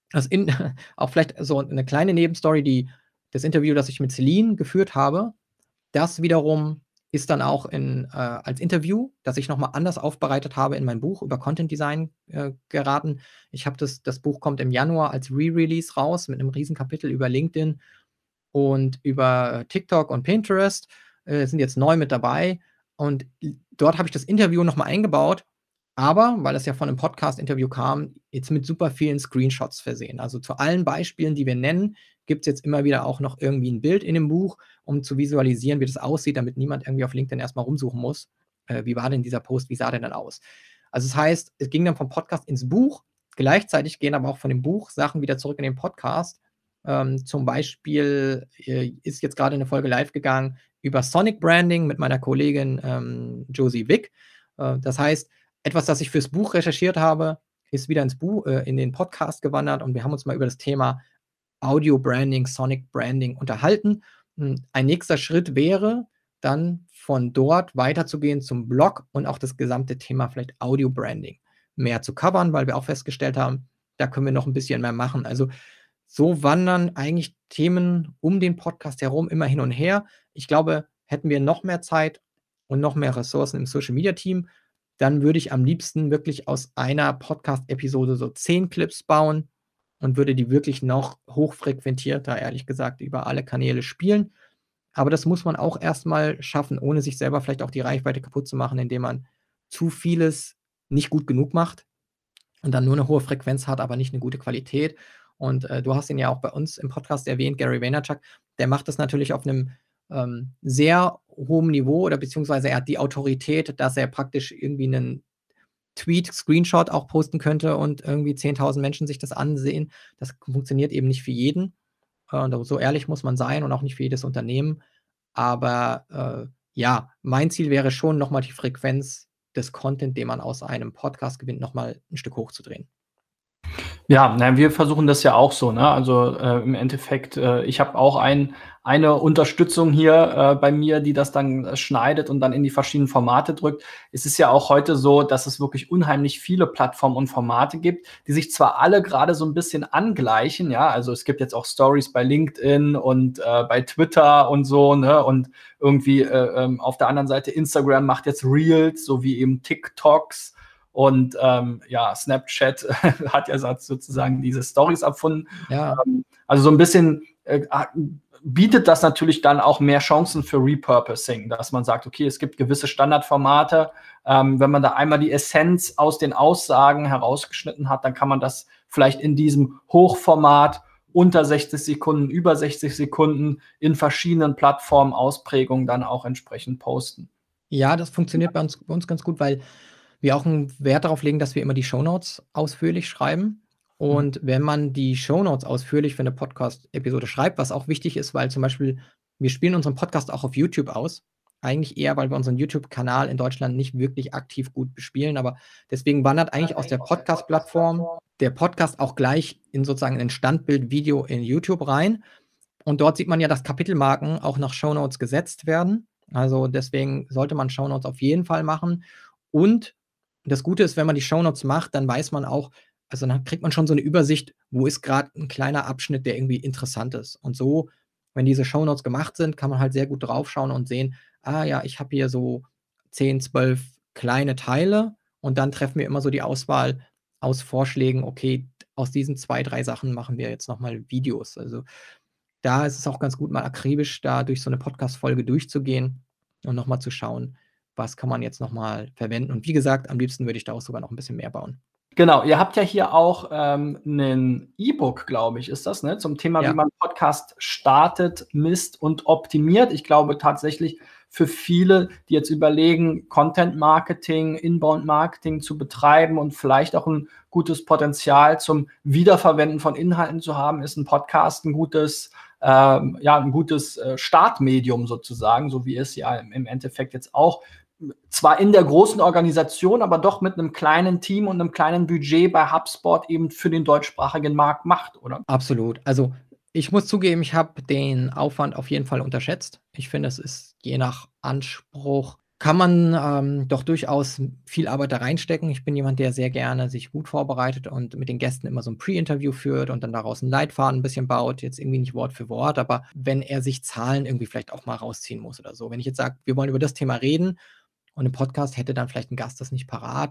[SPEAKER 2] auch vielleicht so eine kleine Nebenstory, das Interview, das ich mit Celine geführt habe, das wiederum ist dann auch als Interview, das ich nochmal anders aufbereitet habe in mein Buch über Content Design geraten. Ich habe das Buch kommt im Januar als Re-Release raus mit einem riesen Kapitel über LinkedIn und über TikTok und Pinterest, sind jetzt neu mit dabei. Und dort habe ich das Interview nochmal eingebaut, aber, weil das ja von einem Podcast-Interview kam, jetzt mit super vielen Screenshots versehen. Also zu allen Beispielen, die wir nennen, gibt es jetzt immer wieder auch noch irgendwie ein Bild in dem Buch, um zu visualisieren, wie das aussieht, damit niemand irgendwie auf LinkedIn erstmal rumsuchen muss. Wie war denn dieser Post, wie sah der denn aus? Also das heißt, es ging dann vom Podcast ins Buch, gleichzeitig gehen aber auch von dem Buch Sachen wieder zurück in den Podcast. Zum Beispiel ist jetzt gerade eine Folge live gegangen über Sonic Branding mit meiner Kollegin Josie Wick. Das heißt, etwas, das ich fürs Buch recherchiert habe, ist wieder ins Buch, in den Podcast gewandert und wir haben uns mal über das Thema Audio Branding, Sonic Branding unterhalten. Ein nächster Schritt wäre, dann von dort weiterzugehen zum Blog und auch das gesamte Thema vielleicht Audio Branding mehr zu covern, weil wir auch festgestellt haben, da können wir noch ein bisschen mehr machen. Also so wandern eigentlich Themen um den Podcast herum immer hin und her. Ich glaube, hätten wir noch mehr Zeit und noch mehr Ressourcen im Social Media Team, dann würde ich am liebsten wirklich aus einer Podcast-Episode so 10 Clips bauen und würde die wirklich noch hochfrequentierter, ehrlich gesagt, über alle Kanäle spielen. Aber das muss man auch erstmal schaffen, ohne sich selber vielleicht auch die Reichweite kaputt zu machen, indem man zu vieles nicht gut genug macht und dann nur eine hohe Frequenz hat, aber nicht eine gute Qualität. Und du hast ihn ja auch bei uns im Podcast erwähnt, Gary Vaynerchuk, der macht das natürlich auf einem sehr hohem Niveau oder beziehungsweise er hat die Autorität, dass er praktisch irgendwie einen Tweet, Screenshot auch posten könnte und irgendwie 10.000 Menschen sich das ansehen. Das funktioniert eben nicht für jeden. So ehrlich muss man sein und auch nicht für jedes Unternehmen. Aber ja, mein Ziel wäre schon, nochmal die Frequenz des Content, den man aus einem Podcast gewinnt, nochmal ein Stück hochzudrehen.
[SPEAKER 1] Ja, na, wir versuchen das ja auch so, ne? Also im Endeffekt, ich habe auch eine Unterstützung hier bei mir, die das dann schneidet und dann in die verschiedenen Formate drückt. Es ist ja auch heute so, dass es wirklich unheimlich viele Plattformen und Formate gibt, die sich zwar alle gerade so ein bisschen angleichen, ja, also es gibt jetzt auch Stories bei LinkedIn und bei Twitter und so, ne? Und irgendwie auf der anderen Seite Instagram macht jetzt Reels, so wie eben TikToks. Und ja, Snapchat hat ja sozusagen diese Stories erfunden.
[SPEAKER 2] Ja.
[SPEAKER 1] Also so ein bisschen bietet das natürlich dann auch mehr Chancen für Repurposing, dass man sagt, okay, es gibt gewisse Standardformate. Wenn man da einmal die Essenz aus den Aussagen herausgeschnitten hat, dann kann man das vielleicht in diesem Hochformat unter 60 Sekunden, über 60 Sekunden in verschiedenen Plattformen, Ausprägungen dann auch entsprechend posten.
[SPEAKER 2] Ja, das funktioniert bei uns ganz gut, weil wir auch einen Wert darauf legen, dass wir immer die Shownotes ausführlich schreiben. Und wenn man die Shownotes ausführlich für eine Podcast-Episode schreibt, was auch wichtig ist, weil zum Beispiel wir spielen unseren Podcast auch auf YouTube aus. Eigentlich eher, weil wir unseren YouTube-Kanal in Deutschland nicht wirklich aktiv gut bespielen, aber deswegen wandert eigentlich aus der Podcast-Plattform der Podcast auch gleich in sozusagen ein Standbild-Video in YouTube rein. Und dort sieht man ja, dass Kapitelmarken auch nach Shownotes gesetzt werden. Also deswegen sollte man Shownotes auf jeden Fall machen. Und das Gute ist, wenn man die Shownotes macht, dann weiß man auch, also dann kriegt man schon so eine Übersicht, wo ist gerade ein kleiner Abschnitt, der irgendwie interessant ist. Und so, wenn diese Shownotes gemacht sind, kann man halt sehr gut draufschauen und sehen, ah ja, ich habe hier so 10, 12 kleine Teile Und dann treffen wir immer so die Auswahl aus Vorschlägen, okay, aus diesen 2, 3 Sachen machen wir jetzt noch mal Videos. Also, da ist es auch ganz gut, mal akribisch da durch so 'ne Podcast-Folge durchzugehen und noch mal zu schauen, was kann man jetzt noch mal verwenden. Und wie gesagt, am liebsten würde ich da auch sogar noch 'n bisschen mehr bauen.
[SPEAKER 1] Genau, ihr habt ja hier auch 'nen E-Book, glaube ich, ist das, ne? Zum Thema, wie
[SPEAKER 2] Ja.
[SPEAKER 1] man Podcast startet, misst und optimiert. Ich glaube tatsächlich für viele, die jetzt überlegen, Content Marketing, Inbound Marketing zu betreiben und vielleicht auch 'n gutes Potenzial zum Wiederverwenden von Inhalten zu haben, ist 'n Podcast 'n gutes, ja, 'n gutes, Startmedium sozusagen, so wie ihr es ja im Endeffekt jetzt auch zwar in der großen Organisation, aber doch mit 'nem kleinen Team und 'nem kleinen Budget bei HubSpot eben für den deutschsprachigen Markt macht, oder?
[SPEAKER 2] Absolut. Also, ich muss zugeben, ich habe den Aufwand auf jeden Fall unterschätzt. Ich finde, es ist je nach Anspruch kann man, doch durchaus viel Arbeit da reinstecken. Ich bin jemand, der sehr gerne sich gut vorbereitet und mit den Gästen immer so 'n Pre-Interview führt und dann daraus 'n Leitfaden 'n bisschen baut. Jetzt irgendwie nicht Wort für Wort, aber wenn er sich Zahlen irgendwie vielleicht auch mal rausziehen muss oder so. Wenn ich jetzt sage: „Wir wollen über das Thema reden“, und im Podcast hätte dann vielleicht 'n Gast das nicht parat.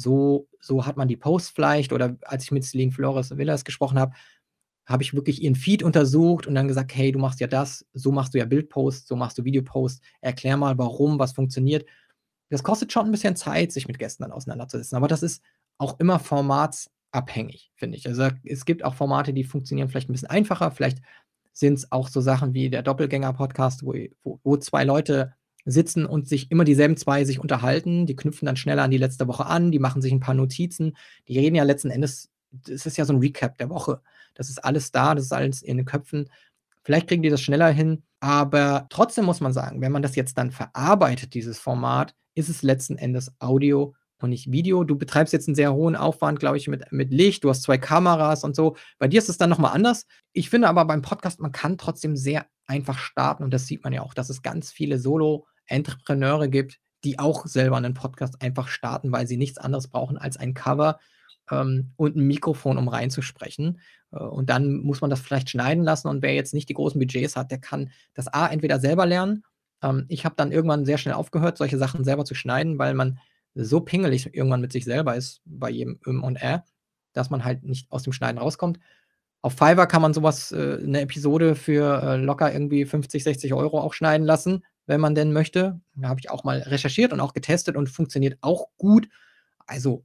[SPEAKER 2] So hat man die Posts vielleicht oder als ich mit Celine Flores Villas gesprochen habe, habe ich wirklich ihren Feed untersucht und dann gesagt: „Hey, du machst ja das, so machst du ja Bildposts, so machst du Videoposts. Erklär mal, warum, was funktioniert.“ Das kostet schon 'n bisschen Zeit, sich mit Gästen dann auseinanderzusetzen, aber das ist auch immer formatsabhängig, finde ich. Also, es gibt auch Formate, die funktionieren vielleicht 'n bisschen einfacher. Vielleicht sind's auch so Sachen wie der Doppelgänger-Podcast, wo 2 Leute sitzen und sich immer dieselben 2 sich unterhalten. Die knüpfen dann schneller an die letzte Woche an, die machen sich 'n paar Notizen. Die reden ja letzten Endes das ist ja so 'n Recap der Woche. Das ist alles da, das ist alles in den Köpfen. Vielleicht kriegen die das schneller hin, aber trotzdem muss man sagen, wenn man das jetzt dann verarbeitet, dieses Format, ist es letzten Endes Audio und nicht Video. Du betreibst jetzt 'n sehr hohen Aufwand, glaube ich, mit Licht. Du hast 2 Kameras und so. Bei dir ist es dann noch mal anders. Ich finde aber beim Podcast, man kann trotzdem sehr einfach starten und das sieht man ja auch, dass es ganz viele Solo-Entrepreneure gibt, die auch selber 'nen Podcast einfach starten, weil sie nichts anderes brauchen als ein Cover, und 'n Mikrofon, um reinzusprechen. Und dann muss man das vielleicht schneiden lassen und wer jetzt nicht die großen Budgets hat, der kann das A entweder selber lernen. Ich habe dann irgendwann sehr schnell aufgehört, solche Sachen selber zu schneiden, weil man so pingelig irgendwann mit sich selber ist bei jedem und dass man halt nicht aus dem Schneiden rauskommt. Auf Fiverr kann man so was 'ne Episode für, locker irgendwie 50, 60 € auch schneiden lassen, wenn man denn möchte. Da habe ich auch mal recherchiert und auch getestet und funktioniert auch gut. Also,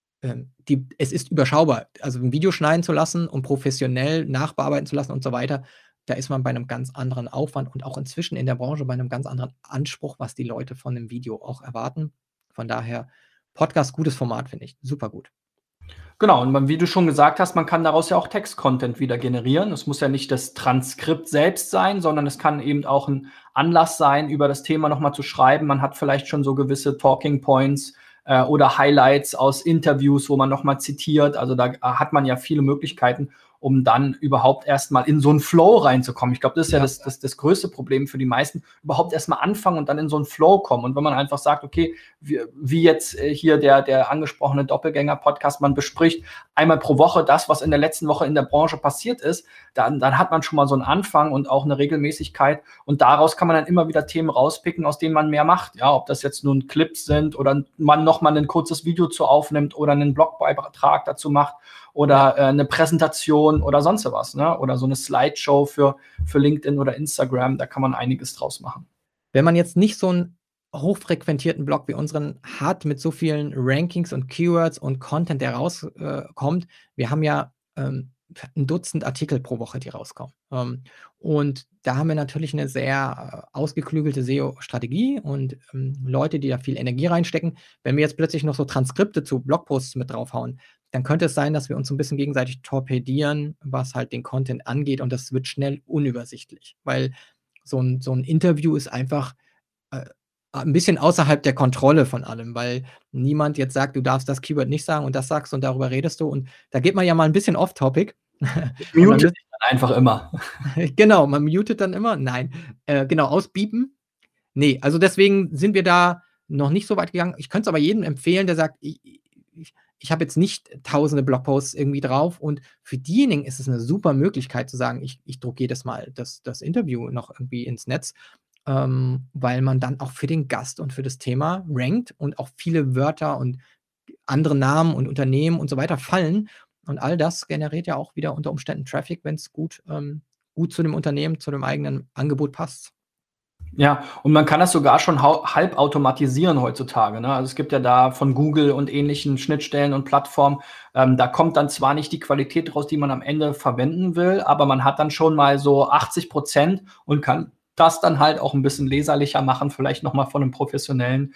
[SPEAKER 2] es ist überschaubar. Also, 'n Video schneiden zu lassen und professionell nachbearbeiten zu lassen und so weiter, da ist man bei 'nem ganz anderen Aufwand und auch inzwischen in der Branche bei 'nem ganz anderen Anspruch, was die Leute von 'nem Video auch erwarten. Von daher Podcast, gutes Format, finde ich, supergut.
[SPEAKER 1] Genau, und man wie du schon gesagt hast, man kann daraus ja auch Text-Content wieder generieren. Es muss ja nicht das Transkript selbst sein, sondern es kann eben auch 'n Anlass sein, über das Thema noch mal zu schreiben. Man hat vielleicht schon so gewisse Talking Points, oder Highlights aus Interviews, wo man noch mal zitiert. Also, da hat man ja viele Möglichkeiten, um dann überhaupt erst mal in so 'n Flow reinzukommen. Ich glaube, das ist ja
[SPEAKER 2] Ja.
[SPEAKER 1] das größte Problem für die meisten, überhaupt erst mal anfangen und dann in so 'n Flow kommen. Und wenn man einfach sagt: „Okay, wie jetzt hier der angesprochene Doppelgänger-Podcast, man bespricht einmal pro Woche das, was in der letzten Woche in der Branche passiert ist“, dann hat man schon mal so 'n Anfang und auch 'ne Regelmäßigkeit. Und daraus kann man dann immer wieder Themen rauspicken, aus denen man mehr macht. Ja, ob das jetzt nun Clips sind oder man noch mal 'nen kurzes Video zu aufnimmt oder 'nen Blogbeitrag dazu macht oder,
[SPEAKER 2] Ja.
[SPEAKER 1] 'ne Präsentation oder sonst so was, ne? Oder so 'ne Slideshow für LinkedIn oder Instagram, da kann man einiges draus machen.
[SPEAKER 2] Wenn man jetzt nicht so 'n hochfrequentierten Blog wie unseren hat mit so vielen Rankings und Keywords und Content, der raus kommt. Wir haben ja, 'n Dutzend Artikel pro Woche, die rauskommen. Und da haben wir natürlich 'ne sehr, ausgeklügelte SEO-Strategie und, Leute, die da viel Energie reinstecken. Wenn wir jetzt plötzlich noch so Transkripte zu Blogposts mit draufhauen, dann könnte es sein, dass wir uns so 'n bisschen gegenseitig torpedieren, was halt den Content angeht und das wird schnell unübersichtlich. Weil so 'n Interview ist einfach, 'n bisschen außerhalb der Kontrolle von allem, weil niemand jetzt sagt: „Du darfst das Keyword nicht sagen und das sagst und darüber redest du.“ Und da geht man ja mal 'n bisschen off topic
[SPEAKER 1] Ich
[SPEAKER 2] und man
[SPEAKER 1] mute
[SPEAKER 2] müsst
[SPEAKER 1] dich dann einfach immer.
[SPEAKER 2] Genau, man mutet dann immer. Nein, genau, ausbiepen. Ne, also deswegen sind wir da noch nicht so weit gegangen. Ich könnte es aber jedem empfehlen, der sagt: „Ich habe jetzt nicht tausende Blogposts irgendwie drauf.“ Und für diejenigen ist es 'ne super Möglichkeit zu sagen: „Ich drucke jedes Mal das Interview noch irgendwie ins Netz“, weil man dann auch für den Gast und für das Thema rankt und auch viele Wörter und andere Namen und Unternehmen und so weiter fallen. Und all das generiert ja auch wieder unter Umständen Traffic, wenn es gut zu dem Unternehmen, zu dem eigenen Angebot passt.
[SPEAKER 1] Ja, und man kann das sogar schon halb automatisieren heutzutage, ne? Also, es gibt ja da von Google und ähnlichen Schnittstellen und Plattformen, da kommt dann zwar nicht die Qualität raus, die man am Ende verwenden will, aber man hat dann schon mal so 80% und kann das dann halt auch ein bisschen leserlicher machen, vielleicht noch mal von einem professionellen,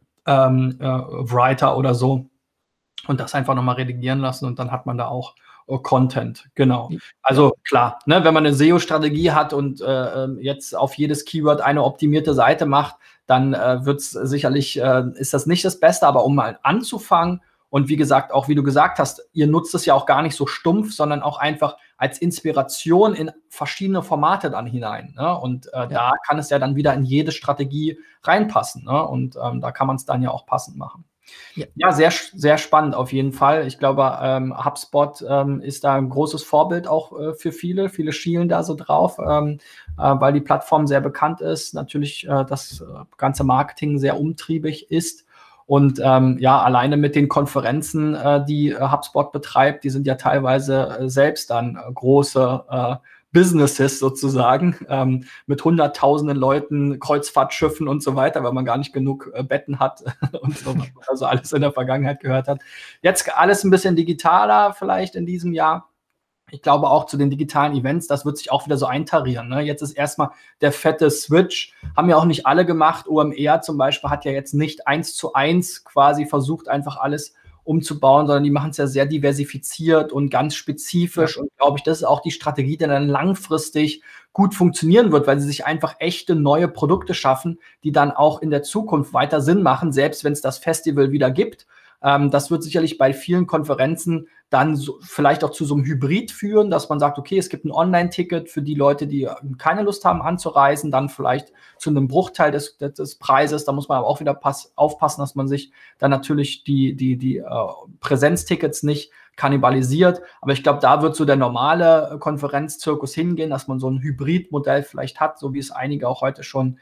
[SPEAKER 1] Writer oder so und das einfach noch mal redigieren lassen und dann hat man da auch, Content, genau. Also klar, ne, wenn man eine SEO-Strategie hat und jetzt auf jedes Keyword eine optimierte Seite macht, dann wird's sicherlich, ist das nicht das Beste, aber um mal anzufangen und wie gesagt, auch wie du gesagt hast, ihr nutzt es ja auch gar nicht so stumpf, sondern auch einfach als Inspiration in verschiedene Formate dann hinein. Ne? Und da kann es ja dann wieder in jede Strategie reinpassen. Ne? Und da kann man es dann ja auch passend machen. Ja, sehr, sehr spannend auf jeden Fall. Ich glaube, HubSpot ist da ein großes Vorbild auch für viele. Viele schielen da so drauf, weil die Plattform sehr bekannt ist. Natürlich das ganze Marketing sehr umtriebig ist. Und ja, alleine mit den Konferenzen, die HubSpot betreibt, die sind ja teilweise selbst dann große Businesses sozusagen, mit hunderttausenden Leuten, Kreuzfahrtschiffen und so weiter, weil man gar nicht genug Betten hat und so, was man also alles in der Vergangenheit gehört hat. Jetzt alles ein bisschen digitaler vielleicht in diesem Jahr. Ich glaube auch zu den digitalen Events, das wird sich auch wieder so eintarieren. Ne? Jetzt ist erstmal der fette Switch, haben ja auch nicht alle gemacht. OMR zum Beispiel hat ja jetzt nicht 1:1 quasi versucht, einfach alles umzubauen, sondern die machen es ja sehr diversifiziert und ganz spezifisch. Und glaube ich, das ist auch die Strategie, die dann langfristig gut funktionieren wird, weil sie sich einfach echte neue Produkte schaffen, die dann auch in der Zukunft weiter Sinn machen, selbst wenn es das Festival wieder gibt. Das wird sicherlich bei vielen Konferenzen dann so, vielleicht auch zu so einem Hybrid führen, dass man sagt, okay, es gibt ein Online-Ticket für die Leute, die keine Lust haben anzureisen, dann vielleicht zu einem Bruchteil des Preises. Da muss man aber auch wieder aufpassen, dass man sich dann natürlich die Präsenztickets nicht kannibalisiert. Aber ich glaube, da wird so der normale Konferenzzirkus hingehen, dass man so ein Hybridmodell vielleicht hat, so wie es einige auch heute schon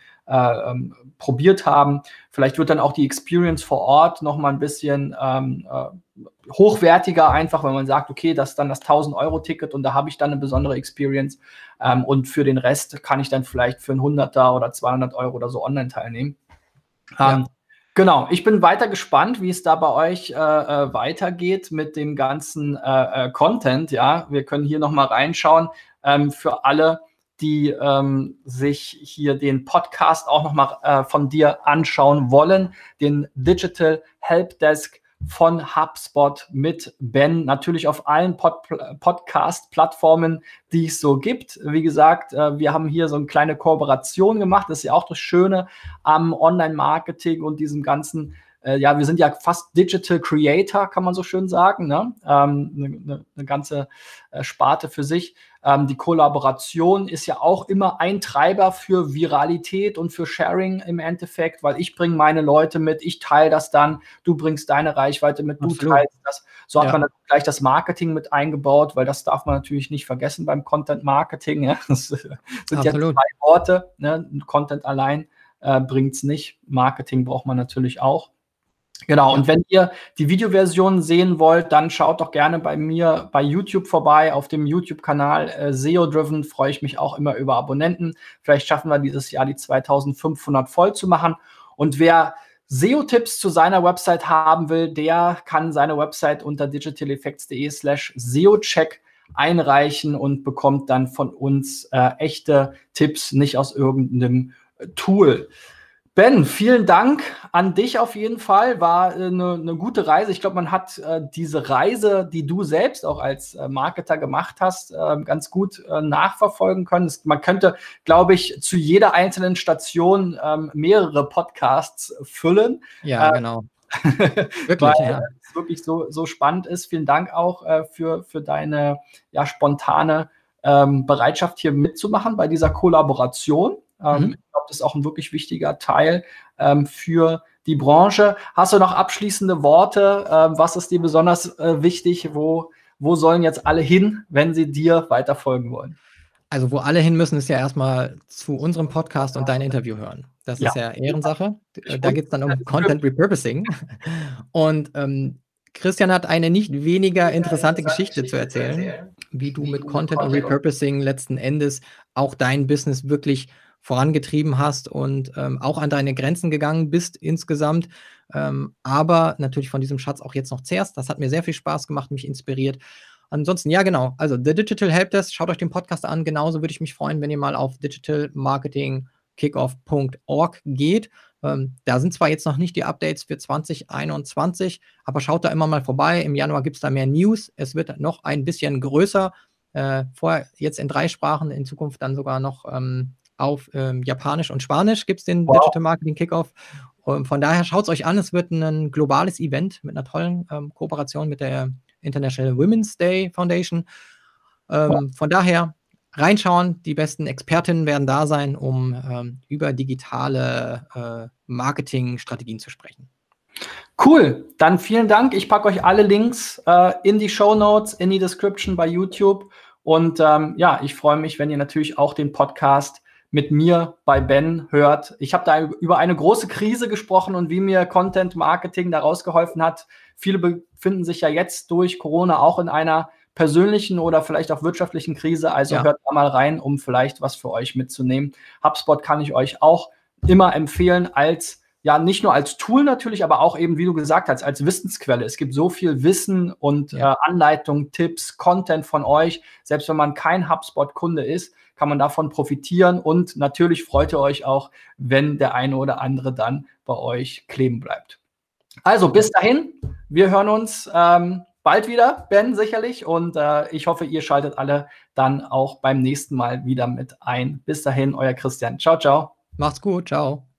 [SPEAKER 1] probiert haben. Vielleicht wird dann auch die Experience vor Ort noch mal ein bisschen hochwertiger einfach, wenn man sagt, okay, das ist dann das 1.000-Euro-Ticket und da habe ich dann eine besondere Experience und für den Rest kann ich dann vielleicht für ein 100er oder 200 Euro oder so online teilnehmen. Genau, ich bin weiter gespannt, wie es da bei euch weitergeht mit dem ganzen Content. Ja, wir können hier noch mal reinschauen für alle, die sich hier den Podcast auch noch mal von dir anschauen wollen, den Digital Helpdesk von HubSpot mit Ben, natürlich auf allen Podcast-Plattformen, die es so gibt. Wie gesagt, wir haben hier so eine kleine Kooperation gemacht. Das ist ja auch das Schöne am Online-Marketing und diesem ganzen, ja, wir sind ja fast Digital Creator, kann man so schön sagen, ne? Eine ganze Sparte für sich. Die Kollaboration ist ja auch immer ein Treiber für Viralität und für Sharing im Endeffekt, weil ich bringe meine Leute mit, ich teile das dann, du bringst deine Reichweite mit, du teilst das. So hat man dann gleich das Marketing mit eingebaut, weil das darf man natürlich nicht vergessen beim Content Marketing. Ja? Das sind ja 2 Worte, ne? Content allein bringt es nicht. Marketing braucht man natürlich auch. Genau, und wenn ihr die Videoversion sehen wollt, dann schaut doch gerne bei mir bei YouTube vorbei, auf dem YouTube-Kanal SEO-Driven, freue ich mich auch immer über Abonnenten. Vielleicht schaffen wir dieses Jahr die 2.500 voll zu machen. Und wer SEO-Tipps zu seiner Website haben will, der kann seine Website unter digitaleffects.de/SEO-Check einreichen und bekommt dann von uns echte Tipps, nicht aus irgendeinem Tool. Ben, vielen Dank an dich auf jeden Fall. War eine gute Reise. Ich glaube, man hat diese Reise, die du selbst auch als Marketer gemacht hast, ganz gut nachverfolgen können. Man könnte, glaube ich, zu jeder einzelnen Station mehrere Podcasts füllen.
[SPEAKER 2] Ja, genau.
[SPEAKER 1] Wirklich, weil es wirklich so spannend ist. Vielen Dank auch für deine spontane Bereitschaft, hier mitzumachen bei dieser Kollaboration. Ich glaube, das ist auch ein wirklich wichtiger Teil für die Branche. Hast du noch abschließende Worte? Was ist dir besonders wichtig? Wo sollen jetzt alle hin, wenn sie dir weiter folgen wollen?
[SPEAKER 2] Also, wo alle hin müssen, ist ja erstmal zu unserem Podcast und dein Interview hören. Das ist ja Ehrensache. Da geht es dann um Content Repurposing. Und Christian hat eine nicht weniger interessante Geschichte zu erzählen, wie du mit Content und Repurposing letzten Endes auch dein Business wirklich vorangetrieben hast und auch an deine Grenzen gegangen bist insgesamt, aber natürlich von diesem Schatz auch jetzt noch zehrst. Das hat mir sehr viel Spaß gemacht, mich inspiriert. Ansonsten, ja genau, also The Digital Helpdesk, schaut euch den Podcast an. Genauso würde ich mich freuen, wenn ihr mal auf digitalmarketingkickoff.org geht. Da sind zwar jetzt noch nicht die Updates für 2021, aber schaut da immer mal vorbei. Im Januar gibt es da mehr News. Es wird noch ein bisschen größer. Vorher jetzt in 3 Sprachen, in Zukunft dann sogar noch auf Japanisch und Spanisch gibt es den Digital Marketing Kickoff. Von daher schaut es euch an. Es wird ein globales Event mit einer tollen Kooperation mit der International Women's Day Foundation. Von daher reinschauen, die besten Expertinnen werden da sein, um über digitale Marketingstrategien zu sprechen.
[SPEAKER 1] Cool, dann vielen Dank. Ich packe euch alle Links in die Shownotes, in die Description bei YouTube. Und ja, ich freue mich, wenn ihr natürlich auch den Podcast mit mir bei Ben hört. Ich habe da über eine große Krise gesprochen und wie mir Content Marketing da rausgeholfen hat. Viele befinden sich ja jetzt durch Corona auch in einer persönlichen oder vielleicht auch wirtschaftlichen Krise. Also hört da mal rein, um vielleicht was für euch mitzunehmen. HubSpot kann ich euch auch immer empfehlen als, ja, nicht nur als Tool natürlich, aber auch eben, wie du gesagt hast, als Wissensquelle. Es gibt so viel Wissen und Anleitungen, Tipps, Content von euch. Selbst wenn man kein HubSpot-Kunde ist, kann man davon profitieren. Und natürlich freut ihr euch auch, wenn der eine oder andere dann bei euch kleben bleibt. Also bis dahin, wir hören uns bald wieder, Ben, sicherlich. Und ich hoffe, ihr schaltet alle dann auch beim nächsten Mal wieder mit ein. Bis dahin, euer Christian. Ciao, ciao.
[SPEAKER 2] Macht's gut, ciao.